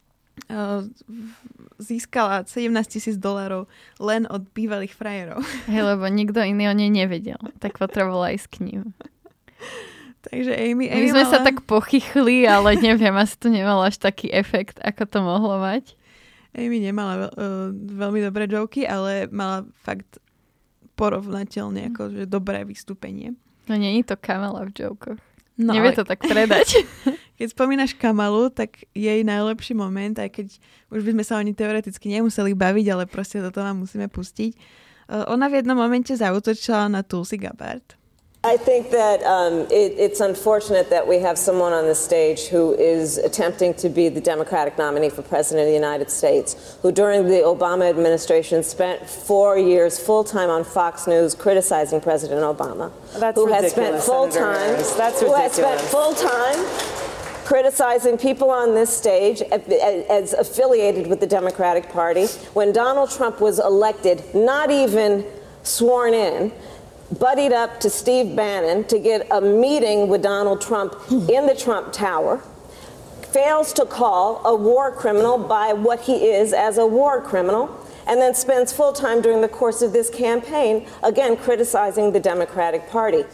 získala sedemnásť tisíc dolárov len od bývalých frajerov. Hej, lebo nikto iný o nej nevedel. Tak potrebovala ísť k ním. Takže Amy, My Amy sme mala... sa tak pochychli, ale neviem, asi to nemalo až taký efekt, ako to mohlo mať. Amy nemala uh, veľmi dobré joky, ale mala fakt porovnateľne ako, že dobré vystúpenie. No nie je to Kamala v jokoch. No, nevie to tak predať. Keď spomínaš Kamalu, tak jej najlepší moment, aj keď už by sme sa o ní teoreticky nemuseli baviť, ale proste do toho vám musíme pustiť. Uh, ona v jednom momente zaútočila na Tulsi Gabbard. I think that um, it, it's unfortunate that we have someone on the stage who is attempting to be the Democratic nominee for President of the United States, who during the Obama administration spent four years full-time on Fox News criticizing President Obama. That's who ridiculous, has spent full-time, That's who ridiculous. has spent full-time criticizing people on this stage as affiliated with the Democratic Party. When Donald Trump was elected, not even sworn in, buddied up to Steve Bannon to get a meeting with Donald Trump in the Trump Tower, fails to call a war criminal by what he is as a war criminal, and then spends full time during the course of this campaign, again, criticizing the Democratic Party.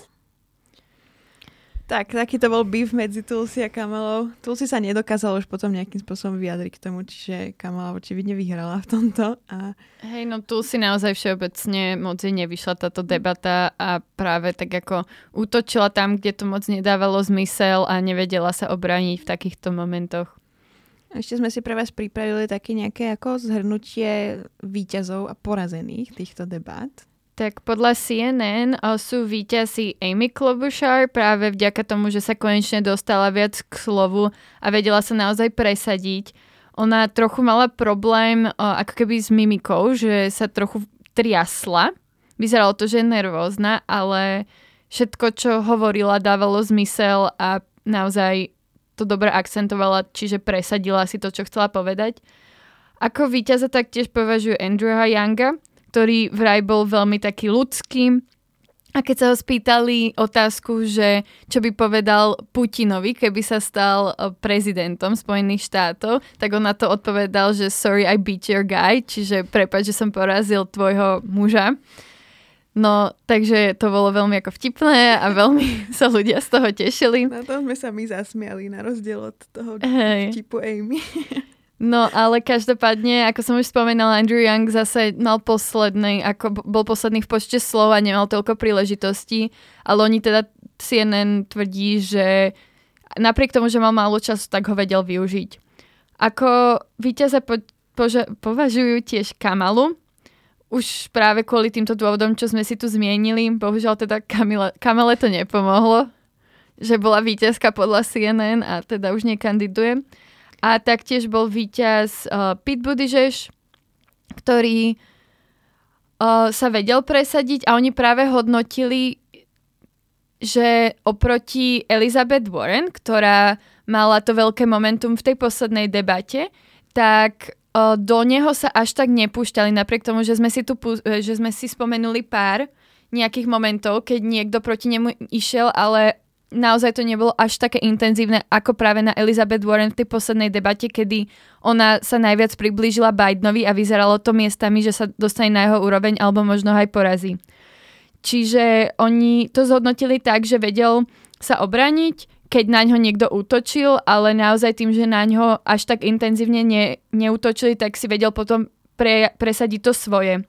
Tak, taký to bol beef medzi Tulsi a Kamalou. Tulsi sa nedokázala už potom nejakým spôsobom vyjadriť k tomu, čiže Kamala očividne vyhrala v tomto. A... Hej, no Tulsi naozaj všeobecne moc jej nevyšla táto debata a práve tak ako útočila tam, kde to moc nedávalo zmysel a nevedela sa obrániť v takýchto momentoch. Ešte sme si pre vás pripravili také nejaké ako zhrnutie víťazov a porazených týchto debát. Tak podľa C N N sú víťazi Amy Klobuchar práve vďaka tomu, že sa konečne dostala viac k slovu a vedela sa naozaj presadiť. Ona trochu mala problém ako keby s mimikou, že sa trochu triasla. Vyzeralo to, že je nervózna, ale všetko, čo hovorila, dávalo zmysel a naozaj to dobre akcentovala, čiže presadila si to, čo chcela povedať. Ako víťaza taktiež považujú Andrewa Younga, ktorý vraj bol veľmi taký ľudský. A keď sa ho spýtali otázku, že čo by povedal Putinovi, keby sa stal prezidentom Spojených štátov, tak on na to odpovedal, že sorry, I beat your guy, čiže prepáč, že som porazil tvojho muža. No, takže to bolo veľmi ako vtipné a veľmi sa ľudia z toho tešili. Na to sme sa my zasmiali, na rozdiel od toho hey. vtipu Amy. No, ale každopádne, ako som už spomenala, Andrew Yang zase mal posledný, ako bol posledný v počte slov a nemal toľko príležitostí, ale oni teda C N N tvrdí, že napriek tomu, že mal málo času, tak ho vedel využiť. Ako víťaza po, poža- považujú tiež Kamalu, už práve kvôli týmto dôvodom, čo sme si tu zmienili. Bohužiaľ teda Kamile, Kamale to nepomohlo, že bola víťazka podľa C N N a teda už nekandiduje. A taktiež bol víťaz uh, Pete Buttigieg, ktorý uh, sa vedel presadiť a oni práve hodnotili, že oproti Elizabeth Warren, ktorá mala to veľké momentum v tej poslednej debate, tak uh, do neho sa až tak nepúšťali, napriek tomu, že sme si tu že sme si spomenuli pár nejakých momentov, keď niekto proti nemu išiel, ale naozaj to nebolo až také intenzívne ako práve na Elizabeth Warren v tej poslednej debate, kedy ona sa najviac priblížila Bidenovi a vyzeralo to miestami, že sa dostane na jeho úroveň alebo možno aj porazí. Čiže oni to zhodnotili tak, že vedel sa obrániť, keď na ňo niekto útočil, ale naozaj tým, že na ňo až tak intenzívne ne, neútočili, tak si vedel potom pre, presadiť to svoje.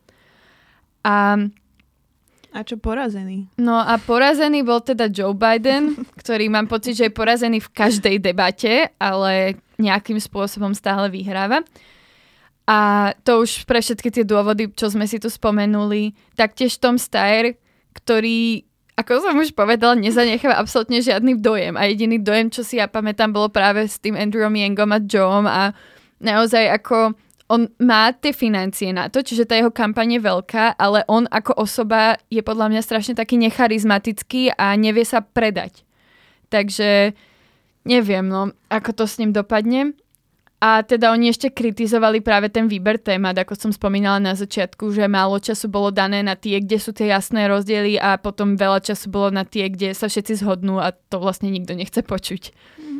A A čo porazený? No a porazený bol teda Joe Biden, ktorý mám pocit, že je porazený v každej debate, ale nejakým spôsobom stále vyhráva. A to už pre všetky tie dôvody, čo sme si tu spomenuli. Taktiež Tom Steyer, ktorý, ako som už povedala, nezanecháva absolútne žiadny dojem. A jediný dojem, čo si ja pamätám, bolo práve s tým Andrewom Yangom a Joeom a naozaj ako on má tie financie na to, čiže tá jeho kampaň je veľká, ale on ako osoba je podľa mňa strašne taký necharizmatický a nevie sa predať. Takže neviem, no, ako to s ním dopadne. A teda oni ešte kritizovali práve ten výber témat, ako som spomínala na začiatku, že málo času bolo dané na tie, kde sú tie jasné rozdiely a potom veľa času bolo na tie, kde sa všetci zhodnú a to vlastne nikto nechce počuť.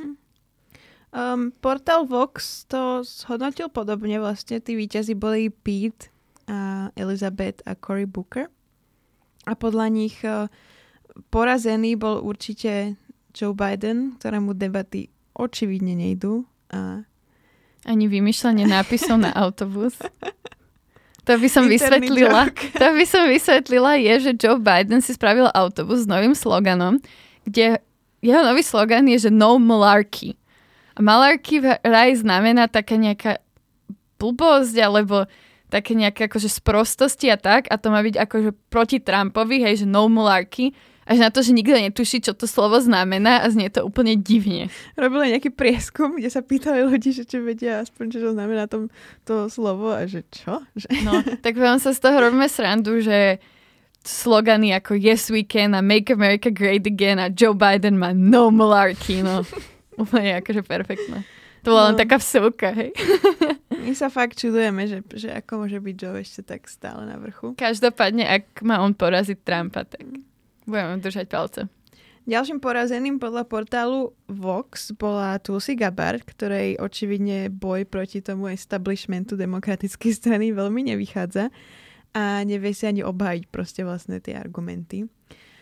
Um, portál Vox to zhodnotil podobne vlastne. Tí víťazi boli Pete a Elizabeth a Cory Booker. A podľa nich uh, porazený bol určite Joe Biden, ktorému debaty očividne nejdú. A ani vymýšľanie nápisov na autobus. To by som vysvetlila. To by som vysvetlila je, že Joe Biden si spravil autobus s novým sloganom, kde jeho nový slogan je, že no malarkey. A malarkey vraj znamená taká nejaká blbosť, alebo také nejaké akože sprostosti a tak. A to má byť akože proti Trumpovi, hej, že no malarkey. Až na to, že nikto netuší, čo to slovo znamená a znie to úplne divne. Robili nejaký prieskum, kde sa pýtali ľudí, že čo vedia aspoň, čo to znamená tom, to slovo a že čo? Že... No, tak vám sa z toho robíme srandu, že slogany ako Yes we can a Make America Great Again a Joe Biden má no malarkey, no. Úplne akože perfektné. To bola no. len taká vsúka, hej. My sa fakt čudujeme, že, že ako môže byť Joe ešte tak stále na vrchu. Každopádne, ak má on poraziť Trumpa, tak budeme držať palce. Ďalším porazeným podľa portálu Vox bola Tulsi Gabbard, ktorej očividne boj proti tomu establishmentu demokratickej strany veľmi nevychádza a nevie si ani obhájiť proste vlastne tie argumenty.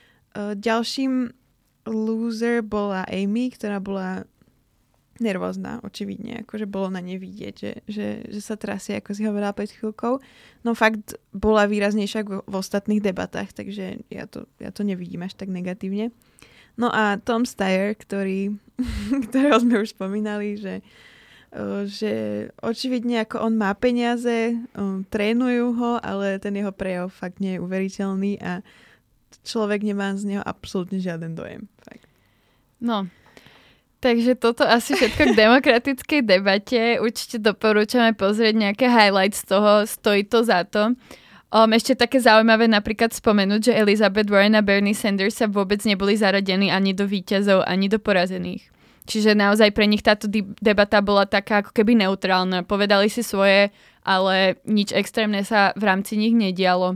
Ďalším loser bola Amy, ktorá bola nervózna, očividne, akože bolo na nej vidieť, že, že, že sa trasie, ako si hovorila pred chvíľkou. No fakt bola výraznejšia v, v ostatných debatách, takže ja to, ja to nevidím až tak negatívne. No a Tom Steyer, ktorý, ktorého sme už spomínali, že, že očividne ako on má peniaze, um, trénujú ho, ale ten jeho prejav fakt nie je uveriteľný a človek nemá z neho absolútne žiaden dojem. Fakt. No, takže toto asi všetko k demokratickej debate. Určite doporúčame pozrieť nejaké highlights z toho, stojí to za to. Um, ešte také zaujímavé napríklad spomenúť, že Elizabeth Warren a Bernie Sanders sa vôbec neboli zaradení ani do víťazov, ani do porazených. Čiže naozaj pre nich táto debata bola taká ako keby neutrálna. Povedali si svoje, ale nič extrémne sa v rámci nich nedialo.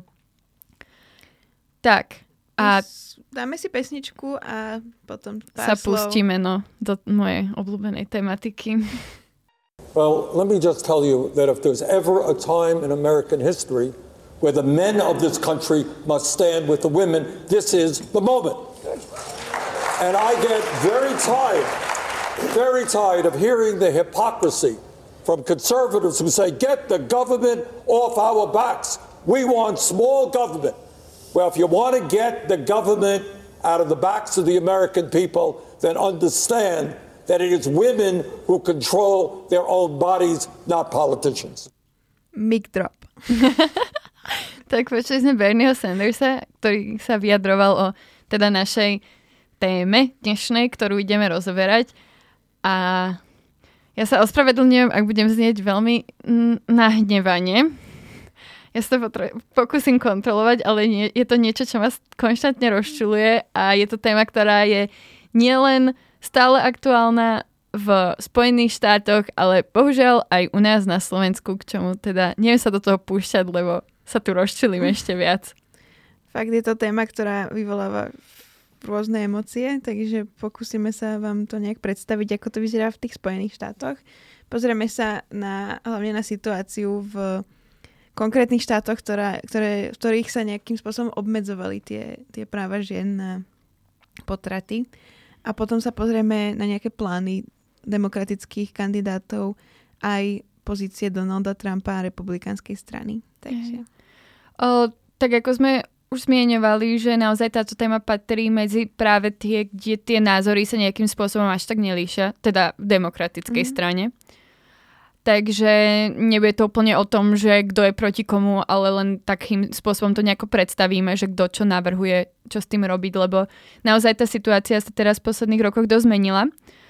Tak. A dáme si pesničku a potom sa pár pustíme no, do mojej obľúbenej tematiky. Well, let me just tell you that if there's ever a time in American history where the men of this country must stand with the women, this is the moment. And I get very tired, very tired of hearing the hypocrisy from conservatives who say, get the government off our backs. We want small government. Well, if you want to get the government out of the backs of the American people, then understand that it is women who control their own bodies, not politicians. Mic drop. Tak počuli sme Bernieho Sandersa, ktorý sa vyjadroval o teda našej téme dnešnej, ktorú ideme rozoberať. A ja sa ospravedlňujem, ak budem znieť veľmi nahnevane. Ja sa to potre- pokúsim kontrolovať, ale nie, je to niečo, čo ma konštantne rozčuľuje a je to téma, ktorá je nielen stále aktuálna v Spojených štátoch, ale bohužiaľ aj u nás na Slovensku, k čomu teda neviem sa do toho púšťať, lebo sa tu rozčilím ešte viac. Fakt je to téma, ktorá vyvoláva rôzne emócie, takže pokúsime sa vám to nejak predstaviť, ako to vyzerá v tých Spojených štátoch. Pozrieme sa na, hlavne na situáciu v konkrétnych štátoch, ktorá, ktoré, v ktorých sa nejakým spôsobom obmedzovali tie, tie práva žien na potraty. A potom sa pozrieme na nejaké plány demokratických kandidátov aj pozície Donalda Trumpa a republikánskej strany. Takže. O, tak ako sme už zmieňovali, že naozaj táto téma patrí medzi práve tie, kde tie názory sa nejakým spôsobom až tak nelíšia, teda v demokratickej mm-hmm. strane. Takže nebude to úplne o tom, že kto je proti komu, ale len takým spôsobom to nejako predstavíme, že kto čo navrhuje, čo s tým robiť, lebo naozaj tá situácia sa teraz v posledných rokoch dosť zmenila.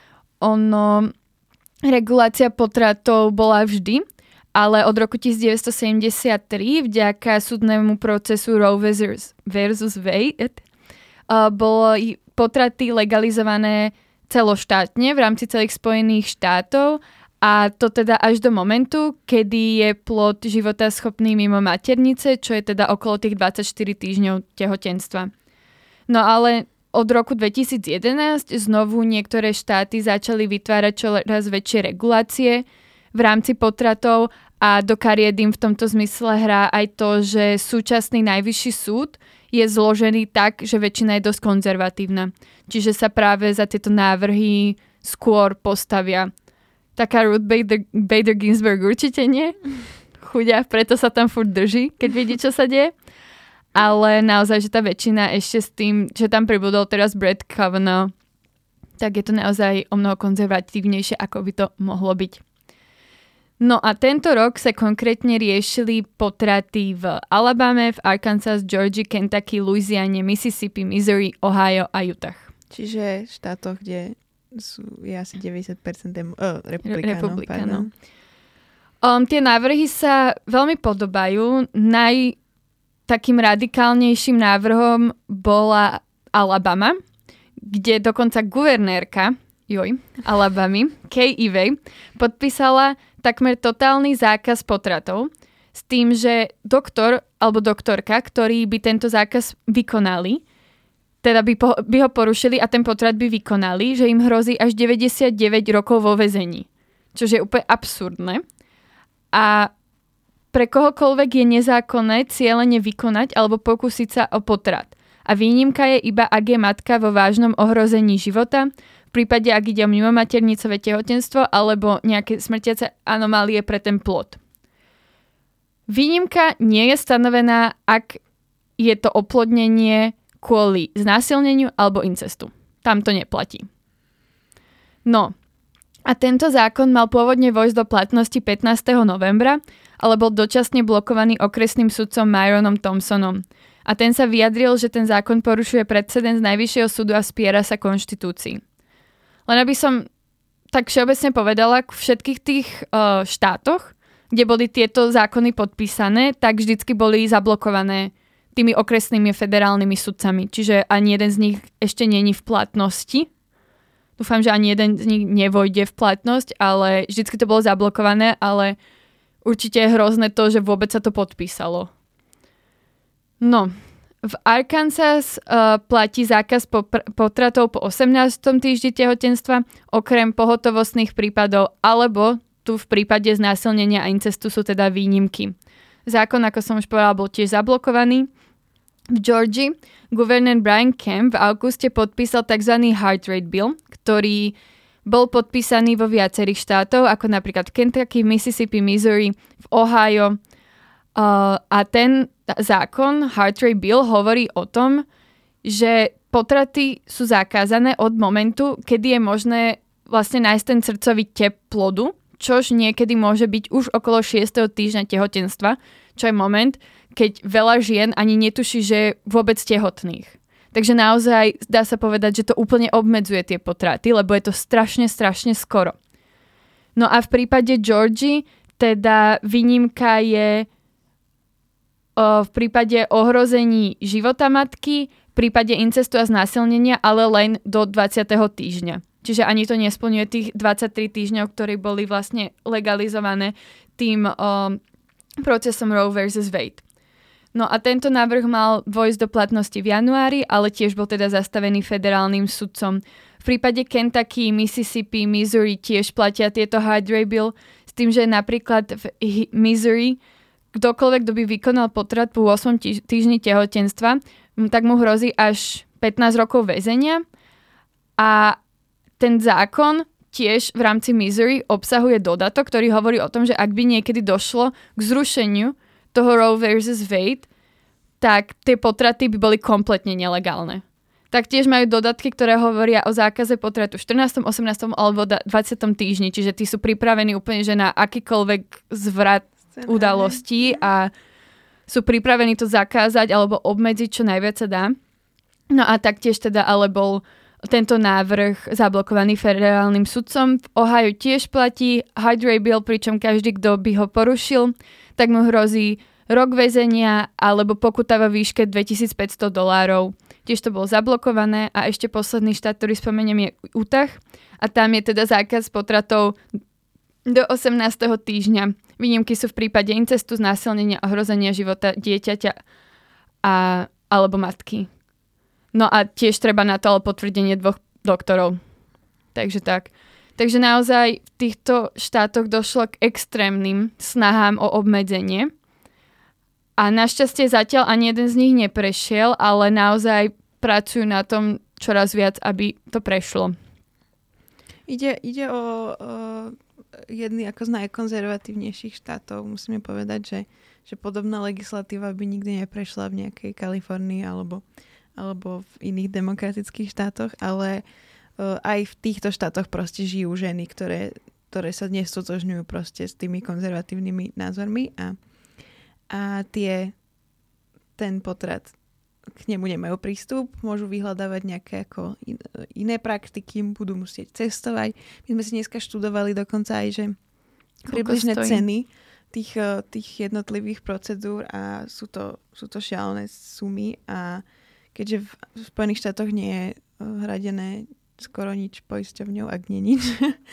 Ono, regulácia potratov bola vždy, ale od roku devätnásťstosedemdesiattri vďaka súdnemu procesu Roe versus. Wade uh, bolo potraty legalizované celoštátne v rámci celých Spojených štátov a to teda až do momentu, kedy je plod životaschopný mimo maternice, čo je teda okolo tých dvadsaťštyri týždňov tehotenstva. No ale od roku dvetisícjedenásť znovu niektoré štáty začali vytvárať čoraz väčšie regulácie v rámci potratov a do kariet im v tomto zmysle hrá aj to, že súčasný najvyšší súd je zložený tak, že väčšina je dosť konzervatívna. Čiže sa práve za tieto návrhy skôr postavia. Taká Ruth Bader, Bader Ginsburg určite nie. Chudia, preto sa tam furt drží, keď vidí, čo sa deje. Ale naozaj, že tá väčšina ešte s tým, že tam pribudol teraz Brett Kavanaugh, tak je to naozaj o mnoho konzervatívnejšie, ako by to mohlo byť. No a tento rok sa konkrétne riešili potraty v Alabame, v Arkansas, Georgii, Kentucky, Louisiane, Mississippi, Missouri, Ohio a Utah. Čiže štátoch, kde sú, je asi deväťdesiat percent demo, uh, republikánov. republikánov. Um, tie návrhy sa veľmi podobajú. Naj, takým radikálnejším návrhom bola Alabama, kde dokonca guvernérka joj, Alabamy, Kay Ivey, podpísala takmer totálny zákaz potratov s tým, že doktor alebo doktorka, ktorí by tento zákaz vykonali, teda by, po, by ho porušili a ten potrat by vykonali, že im hrozí až deväťdesiatdeväť rokov vo väzení. Čo je úplne absurdné. A pre kohokoľvek je nezákonné cielene vykonať alebo pokúsiť sa o potrat. A výnimka je iba, ak je matka vo vážnom ohrození života, v prípade, ak ide o mimomaternicové tehotenstvo alebo nejaké smrtiace anomálie pre ten plod. Výnimka nie je stanovená, ak je to oplodnenie kvôli znásilneniu alebo incestu. Tam to neplatí. No, a tento zákon mal pôvodne vojsť do platnosti pätnásteho novembra, ale bol dočasne blokovaný okresným sudcom Myronom Thompsonom. A ten sa vyjadril, že ten zákon porušuje precedens Najvyššieho súdu a spiera sa konštitúcii. Len aby som tak všeobecne povedala, v všetkých tých uh, štátoch, kde boli tieto zákony podpísané, tak vždycky boli zablokované tými okresnými federálnymi sudcami. Čiže ani jeden z nich ešte není v platnosti. Dúfam, že ani jeden z nich nevojde v platnosť, ale vždycky to bolo zablokované, ale určite je hrozné to, že vôbec sa to podpísalo. No, v Arkansas uh, platí zákaz popr- potratov po osemnástom týždni tehotenstva, okrem pohotovostných prípadov, alebo tu v prípade znásilnenia a incestu sú teda výnimky. Zákon, ako som už povedala, bol tiež zablokovaný. V Georgii guvernér Brian Kemp v auguste podpísal tzv. Heart Rate Bill, ktorý bol podpísaný vo viacerých štátoch, ako napríklad Kentucky, Mississippi, Missouri, v Ohio. Uh, a ten zákon, Heart Rate Bill, hovorí o tom, že potraty sú zakázané od momentu, kedy je možné vlastne nájsť ten srdcový tep plodu, čož niekedy môže byť už okolo šiesteho týždňa tehotenstva, čo je moment, keď veľa žien ani netuší, že je vôbec tehotných. Takže naozaj dá sa povedať, že to úplne obmedzuje tie potraty, lebo je to strašne, strašne skoro. No a v prípade Georgie teda výnimka je o, v prípade ohrození života matky, v prípade incestu a znásilnenia, ale len do dvadsiateho týždňa. Čiže ani to nesplňuje tých dvadsaťtri týždňov, ktorí boli vlastne legalizované tým o, procesom Roe versus Wade. No a tento návrh mal vojsť do platnosti v januári, ale tiež bol teda zastavený federálnym sudcom. V prípade Kentucky, Mississippi, Missouri tiež platia tieto Heart Rate Bill, s tým, že napríklad v Missouri kdokoľvek, kto by vykonal potrat po ôsmom týždni tehotenstva, tak mu hrozí až pätnásť rokov väzenia. A ten zákon tiež v rámci Missouri obsahuje dodatok, ktorý hovorí o tom, že ak by niekedy došlo k zrušeniu toho Roe versus Wade, tak tie potraty by boli kompletne nelegálne. Taktiež majú dodatky, ktoré hovoria o zákaze potratu v štrnástom, osemnástom alebo dvadsiatom týždni, čiže tí sú pripravení úplne že na akýkoľvek zvrat udalostí a sú pripravení to zakázať alebo obmedziť, čo najviac sa dá. No a taktiež teda ale bol tento návrh zablokovaný federálnym sudcom. V Ohio tiež platí Heart Rate Bill, pričom každý, kto by ho porušil, tak mu hrozí rok väzenia alebo pokuta vo výške dvetisícpäťsto dolárov. Tiež to bolo zablokované a ešte posledný štát, ktorý spomeniem, je Utah a tam je teda zákaz potratov do osemnásteho týždňa. Výnimky sú v prípade incestu, znásilnenia a ohrozenia života dieťaťa a, alebo matky. No a tiež treba na to ale potvrdenie dvoch doktorov. Takže tak. Takže naozaj v týchto štátoch došlo k extrémnym snahám o obmedzenie. A našťastie zatiaľ ani jeden z nich neprešiel, ale naozaj pracujú na tom čoraz viac, aby to prešlo. Ide, ide o, o jedný ako z najkonzervatívnejších štátov. Musíme povedať, že, že podobná legislatíva by nikdy neprešla v nejakej Kalifornii alebo, alebo v iných demokratických štátoch, ale uh, aj v týchto štátoch proste žijú ženy, ktoré, ktoré sa nestotožňujú proste s tými konzervatívnymi názormi a, a tie, ten potrat k nemu nemajú prístup, môžu vyhľadávať nejaké ako iné praktiky, budú musieť cestovať. My sme si dneska študovali dokonca aj, že približné ceny tých, tých jednotlivých procedúr a sú to, sú to šialené sumy a keďže v Spojených štátoch nie je hradené skoro nič poisťovňou, ak nie nič.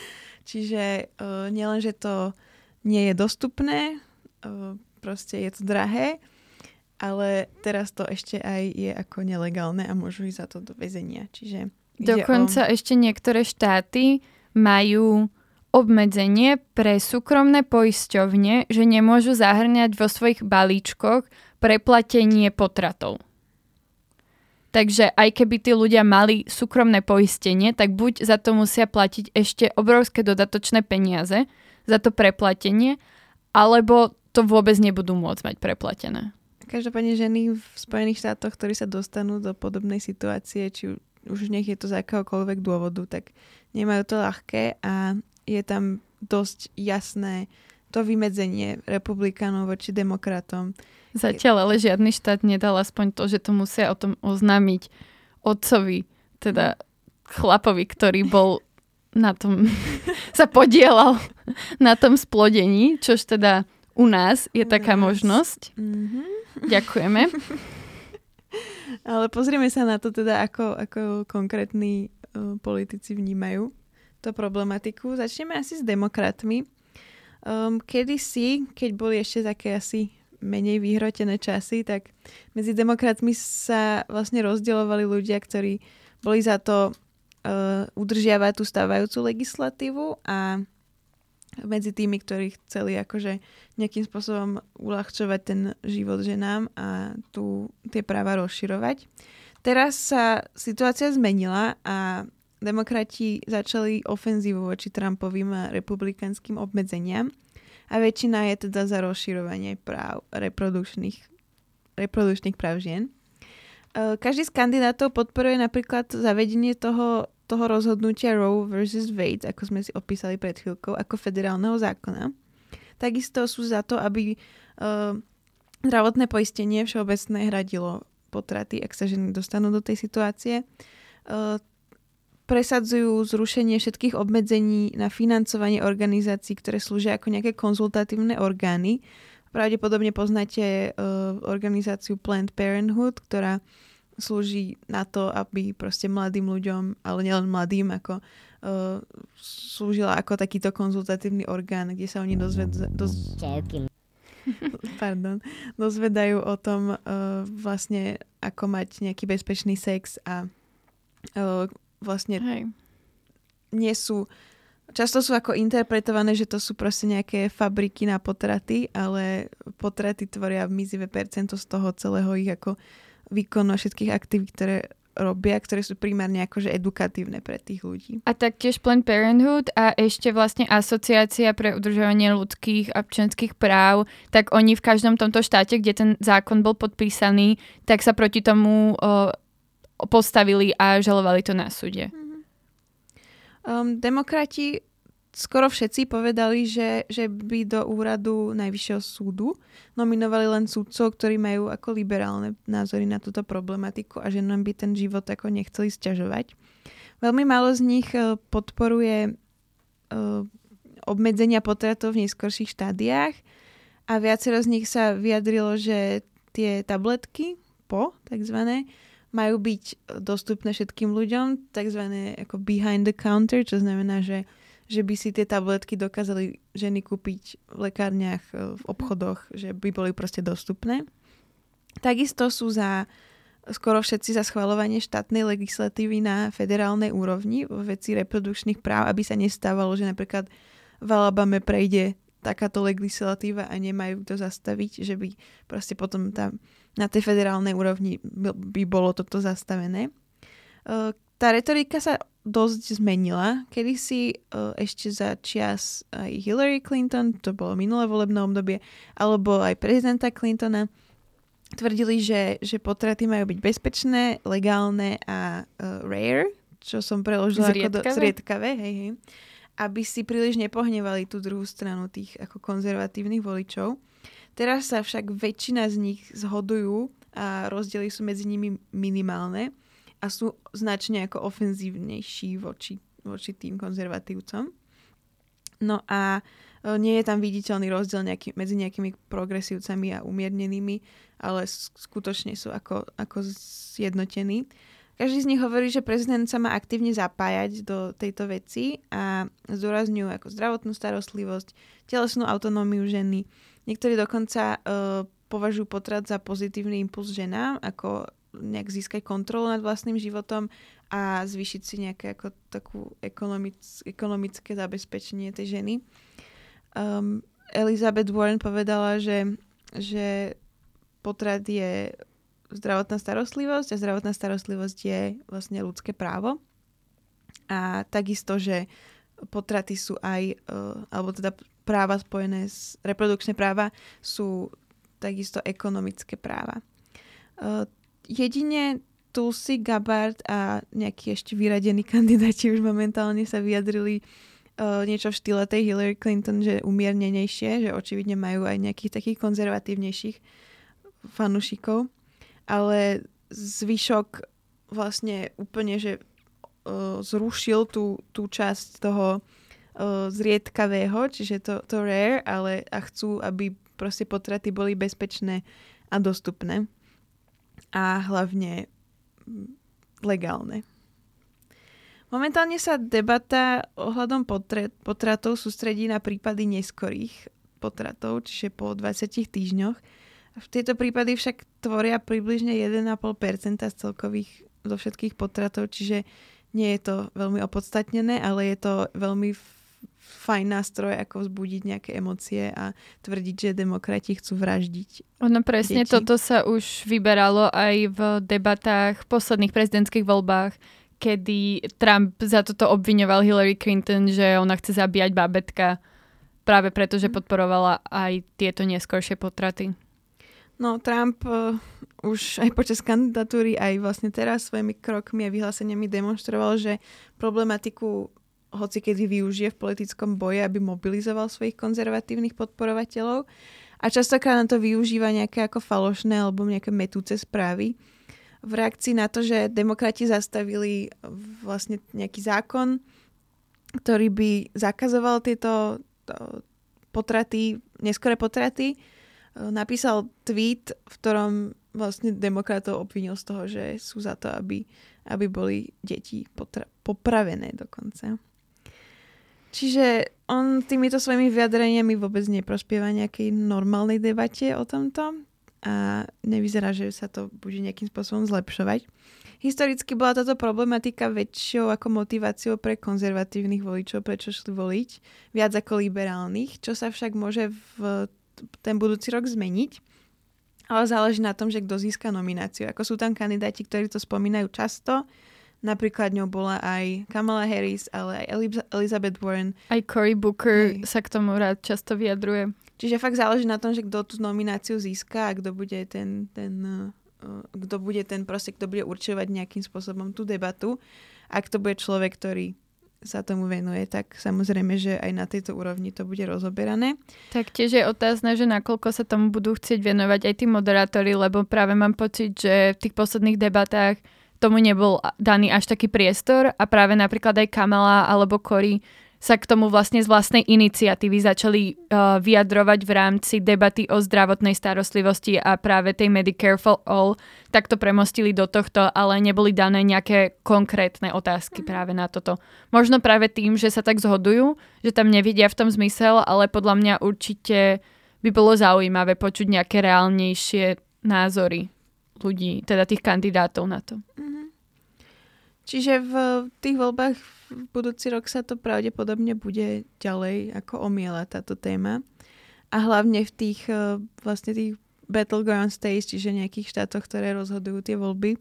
Čiže uh, nielen, že to nie je dostupné, uh, proste je to drahé, ale teraz to ešte aj je ako nelegálne a môžu ísť za to do väzenia. Čiže dokonca o... ešte niektoré štáty majú obmedzenie pre súkromné poisťovne, že nemôžu zahrňať vo svojich balíčkoch preplatenie potratov. Takže aj keby tí ľudia mali súkromné poistenie, tak buď za to musia platiť ešte obrovské dodatočné peniaze za to preplatenie, alebo to vôbec nebudú môcť mať preplatené. Každopádne ženy v Spojených štátoch, ktorí sa dostanú do podobnej situácie, či už nech je to z akéhokoľvek dôvodu, tak nemajú to ľahké a je tam dosť jasné to vymedzenie republikánov voči demokratom. Zatiaľ ale žiadny štát nedal aspoň to, že to musia o tom oznámiť otcovi, teda chlapovi, ktorý bol na tom, sa podielal na tom splodení, čož teda u nás je u taká nás. možnosť. Mm-hmm. Ďakujeme. Ale pozrieme sa na to teda, ako, ako konkrétni uh, politici vnímajú tú problematiku. Začneme asi s demokratmi. Um, kedysi, keď boli ešte také asi menej vyhrotené časy, tak medzi demokratmi sa vlastne rozdielovali ľudia, ktorí boli za to uh, udržiavať tú stávajúcu legislatívu a medzi tými, ktorí chceli akože nejakým spôsobom uľahčovať ten život ženám a tu tie práva rozširovať. Teraz sa situácia zmenila a demokrati začali ofenzívu voči Trumpovým a republikánskym obmedzeniam a väčšina je teda za rozširovanie práv reprodukčných, reprodukčných práv žien. Každý z kandidátov podporuje napríklad zavedenie toho, toho rozhodnutia Roe versus Wade, ako sme si opísali pred chvíľkou, ako federálneho zákona. Takisto sú za to, aby uh, zdravotné poistenie všeobecné hradilo potraty, ak sa ženy dostanú do tej situácie. Uh, presadzujú zrušenie všetkých obmedzení na financovanie organizácií, ktoré slúžia ako nejaké konzultatívne orgány. Pravdepodobne poznáte uh, organizáciu Planned Parenthood, ktorá slúži na to, aby proste mladým ľuďom, ale nielen mladým, ako uh, slúžila ako takýto konzultatívny orgán, kde sa oni dozvedz- doz... Pardon, dozvedajú o tom uh, vlastne, ako mať nejaký bezpečný sex a uh, vlastne Hej. nie sú často sú ako interpretované, že to sú proste nejaké fabriky na potraty, ale potraty tvoria mizivé percento z toho celého ich ako výkonu a všetkých aktivít, ktoré robia, ktoré sú primárne akože edukatívne pre tých ľudí. A taktiež Planned Parenthood a ešte vlastne Asociácia pre udržovanie ľudských a občianskych práv, tak oni v každom tomto štáte, kde ten zákon bol podpísaný, tak sa proti tomu o, postavili a žalovali to na súde. Um, demokrati skoro všetci povedali, že, že by do úradu Najvyššieho súdu nominovali len súdcov, ktorí majú ako liberálne názory na túto problematiku a že nám by ten život ako nechceli sťažovať. Veľmi málo z nich podporuje uh, obmedzenia potratov v neskorších štádiách a viacero z nich sa vyjadrilo, že tie tabletky po takzvané majú byť dostupné všetkým ľuďom, takzvané ako behind the counter, čo znamená, že, že by si tie tabletky dokázali ženy kúpiť v lekárniach, v obchodoch, že by boli proste dostupné. Takisto sú za skoro všetci za schvaľovanie štátnej legislatívy na federálnej úrovni vo veci reprodukčných práv, aby sa nestávalo, že napríklad v Alabame prejde takáto legislatíva a nemajú to zastaviť, že by proste potom tam na tej federálnej úrovni by bolo toto zastavené. Tá retorika sa dosť zmenila. Kedysi ešte za čias aj Hillary Clinton, to bolo minulé volebné obdobie, alebo aj prezidenta Clintona, tvrdili, že, že potraty majú byť bezpečné, legálne a uh, rare, čo som preložila zriedkavé. ako do, zriedkavé, hej, hej, aby si príliš nepohnevali tú druhú stranu tých ako konzervatívnych voličov. Teraz sa však väčšina z nich zhodujú a rozdiely sú medzi nimi minimálne a sú značne ako ofenzívnejší voči, voči tým konzervatívcom. No a nie je tam viditeľný rozdiel nejaký, medzi nejakými progresívcami a umiernenými, ale skutočne sú ako, ako zjednotení. Každý z nich hovorí, že prezident sa má aktívne zapájať do tejto veci a zdôrazňujú ako zdravotnú starostlivosť, telesnú autonómiu ženy. Niektorí dokonca uh, považujú potrat za pozitívny impuls ženám, ako nejak získať kontrolu nad vlastným životom a zvýšiť si nejaké ako takú ekonomic, ekonomické zabezpečenie tej ženy. Um, Elizabeth Warren povedala, že, že potrat je zdravotná starostlivosť a zdravotná starostlivosť je vlastne ľudské právo. A takisto, že potraty sú aj, uh, alebo teda práva spojené s reprodukčné práva sú takisto ekonomické práva. Uh, jedine Tulsi Gabbard a nejakí ešte vyradení kandidáti už momentálne sa vyjadrili uh, niečo v štýle tej Hillary Clinton, že umiernenejšie, že očividne majú aj nejakých takých konzervatívnejších fanúšikov. Ale zvyšok vlastne úplne, že uh, zrušil tú, tú časť toho uh, zriedkavého, čiže to, to rare, ale a chcú, aby proste potraty boli bezpečné a dostupné. A hlavne legálne. Momentálne sa debata ohľadom potrat, potratov sústredí na prípady neskorých potratov, čiže po dvadsiatich týždňoch. V tieto prípady však tvoria približne jeden celá päť percenta z celkových zo všetkých potratov, čiže nie je to veľmi opodstatnené, ale je to veľmi f- fajn nástroj, ako vzbudiť nejaké emócie a tvrdiť, že demokrati chcú vraždiť. Ono presne deti. Toto sa už vyberalo aj v debatách v posledných prezidentských voľbách, kedy Trump za toto obviňoval Hillary Clinton, že ona chce zabíjať bábätka práve preto, že podporovala aj tieto neskoršie potraty. No, Trump uh, už aj počas kandidatúry, aj vlastne teraz svojimi krokmi a vyhláseniami demonstroval, že problematiku hocikedy využije v politickom boji, aby mobilizoval svojich konzervatívnych podporovateľov. A častokrát na to využíva nejaké ako falošné alebo nejaké metúce správy. V reakcii na to, že demokrati zastavili vlastne nejaký zákon, ktorý by zakazoval tieto potraty, neskoré potraty, napísal tweet, v ktorom vlastne demokratov obvinil z toho, že sú za to, aby, aby boli deti potra- popravené dokonca. Čiže on týmito svojimi vyjadreniami vôbec neprospieva nejakej normálnej debate o tomto a nevyzerá, že sa to bude nejakým spôsobom zlepšovať. Historicky bola táto problematika väčšou ako motiváciou pre konzervatívnych voličov, prečo šli voliť, viac ako liberálnych, čo sa však môže v ten budúci rok zmeniť, ale záleží na tom, že kto získa nomináciu. Ako sú tam kandidáti, ktorí to spomínajú často, napríklad ňou bola aj Kamala Harris, ale aj Elizabeth Warren. Aj Cory Booker aj sa k tomu rád často vyjadruje. Čiže fakt záleží na tom, že kto tú nomináciu získa a kto bude ten, ten, uh, kto bude ten proste, kto bude určovať nejakým spôsobom tú debatu. Ak to bude človek, ktorý sa tomu venuje, tak samozrejme, že aj na tejto úrovni to bude rozoberané. Tak tiež je otázne, že nakoľko sa tomu budú chcieť venovať aj tí moderátori, lebo práve mám pocit, že v tých posledných debatách tomu nebol daný až taký priestor a práve napríklad aj Kamala alebo Cory sa k tomu vlastne z vlastnej iniciatívy začali uh, vyjadrovať v rámci debaty o zdravotnej starostlivosti a práve tej Medicare for All, tak to premostili do tohto, ale neboli dané nejaké konkrétne otázky práve na toto. Možno práve tým, že sa tak zhodujú, že tam nevidia v tom zmysel, ale podľa mňa určite by bolo zaujímavé počuť nejaké reálnejšie názory ľudí, teda tých kandidátov na to. Mm-hmm. Čiže v tých voľbách v budúci rok sa to pravdepodobne bude ďalej ako omielať táto téma. A hlavne v tých vlastne tých battleground states, čiže nejakých štátoch, ktoré rozhodujú tie voľby,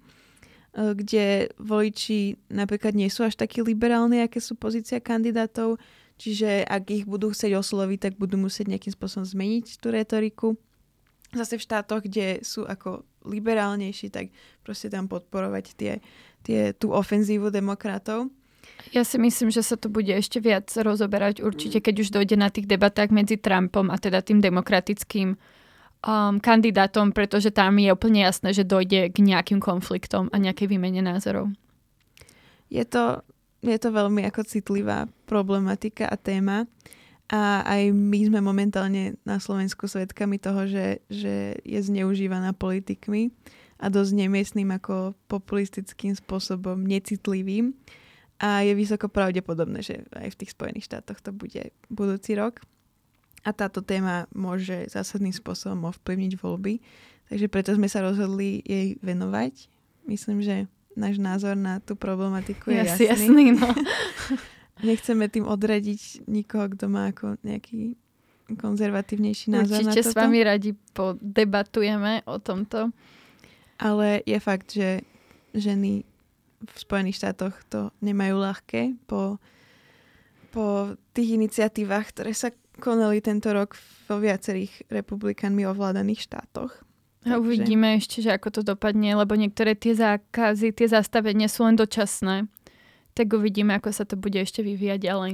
kde voliči napríklad nie sú až takí liberálni, aké sú pozícia kandidátov, čiže ak ich budú chcieť osloviť, tak budú musieť nejakým spôsobom zmeniť tú retoriku. Zase v štátoch, kde sú ako liberálnejší, tak proste tam podporovať tie, tie, tú ofenzívu demokratov. Ja si myslím, že sa to bude ešte viac rozoberať určite, keď už dojde na tých debatách medzi Trumpom a teda tým demokratickým um, kandidátom, pretože tam je úplne jasné, že dojde k nejakým konfliktom a nejakej výmene názorov. Je to, je to veľmi ako citlivá problematika a téma a aj my sme momentálne na Slovensku svedkami toho, že, že je zneužívaná politikmi a dosť nemiestným ako populistickým spôsobom, necitlivým. A je vysoko pravdepodobné, že aj v tých Spojených štátoch to bude budúci rok. A táto téma môže zásadným spôsobom ovplyvniť voľby. Takže preto sme sa rozhodli jej venovať. Myslím, že náš názor na tú problematiku je jasný. jasný no. Nechceme tým odradiť nikoho, kto má ako nejaký konzervatívnejší názor Určite na toto. Určite s vami radi podebatujeme o tomto. Ale je fakt, že ženy v Spojených štátoch to nemajú ľahké po, po tých iniciatívach, ktoré sa konali tento rok vo viacerých republikánmi ovládaných štátoch. A uvidíme ešte, že ako to dopadne, lebo niektoré tie zákazy, tie zastavenia sú len dočasné. Tak uvidíme, ako sa to bude ešte vyvíjať ďalej.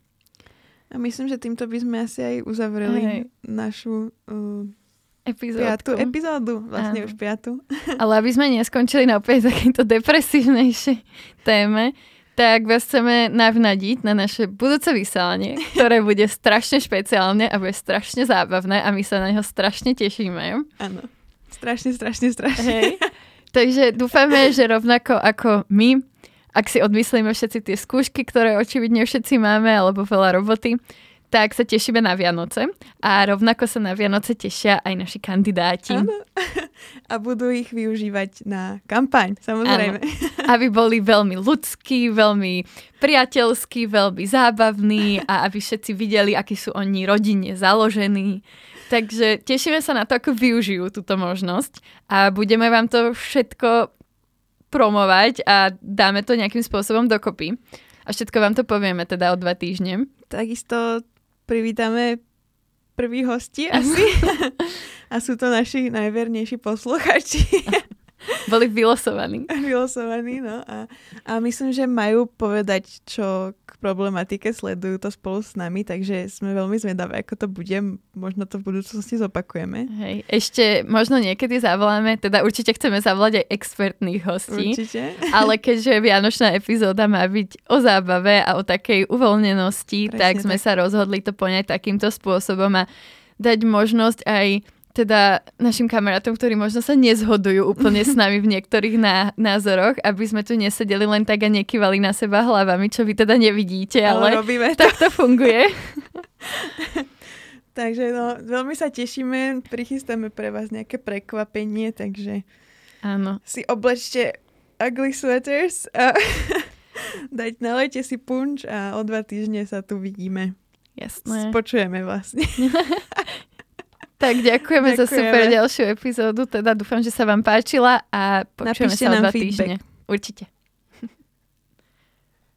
A myslím, že týmto by sme asi aj uzavreli Hej. našu uh, Epizódku. piatú epizódu, vlastne Áno. už piatú. Ale aby sme neskončili na opäť takýmto depresívnejšej téme, tak vás chceme navnadiť na naše budúce vysielanie, ktoré bude strašne špeciálne a bude strašne zábavné a my sa na neho strašne tešíme. Áno, strašne, strašne, strašne. Hej. Takže dúfame, že rovnako ako my, ak si odmyslíme všetci tie skúšky, ktoré očividne všetci máme, alebo veľa roboty, tak sa tešíme na Vianoce a rovnako sa na Vianoce tešia aj naši kandidáti. Áno. A budú ich využívať na kampaň, samozrejme. Áno. Aby boli veľmi ľudskí, veľmi priateľskí, veľmi zábavní a aby všetci videli, akí sú oni rodinne založení. Takže tešíme sa na to, ako využijú túto možnosť a budeme vám to všetko promovať a dáme to nejakým spôsobom dokopy. A všetko vám to povieme teda o dva týždne. Takisto privítame prvých hostí asi. A sú to naši najvernejší posluchači. Boli vylosovaní. Vylosovaní, no. A, a myslím, že majú povedať, čo k problematike sledujú to spolu s nami, takže sme veľmi zvedavé, ako to bude. Možno to v budúcnosti zopakujeme. Hej, ešte možno niekedy zavoláme, teda určite chceme zavolať aj expertných hostí. Určite. Ale keďže vianočná epizóda má byť o zábave a o takej uvoľnenosti, Presne tak sme tak. sa rozhodli to poňať takýmto spôsobom a dať možnosť aj teda našim kamarátom, ktorí možno sa nezhodujú úplne s nami v niektorých ná- názoroch, aby sme tu nesedeli len tak a nekývali na seba hlavami, čo vy teda nevidíte, ale, ale robíme tak to funguje. Takže no, veľmi sa tešíme, prichystáme pre vás nejaké prekvapenie, takže áno. Si oblečte ugly sweaters a dať, nalejte si punč a o dva týždne sa tu vidíme. Jasné. Počujeme vlastne. Tak ďakujeme, ďakujeme za super ďalšiu epizódu. Teda dúfam, že sa vám páčila a počujeme Napíšte sa o dva feedback. týždne. Určite.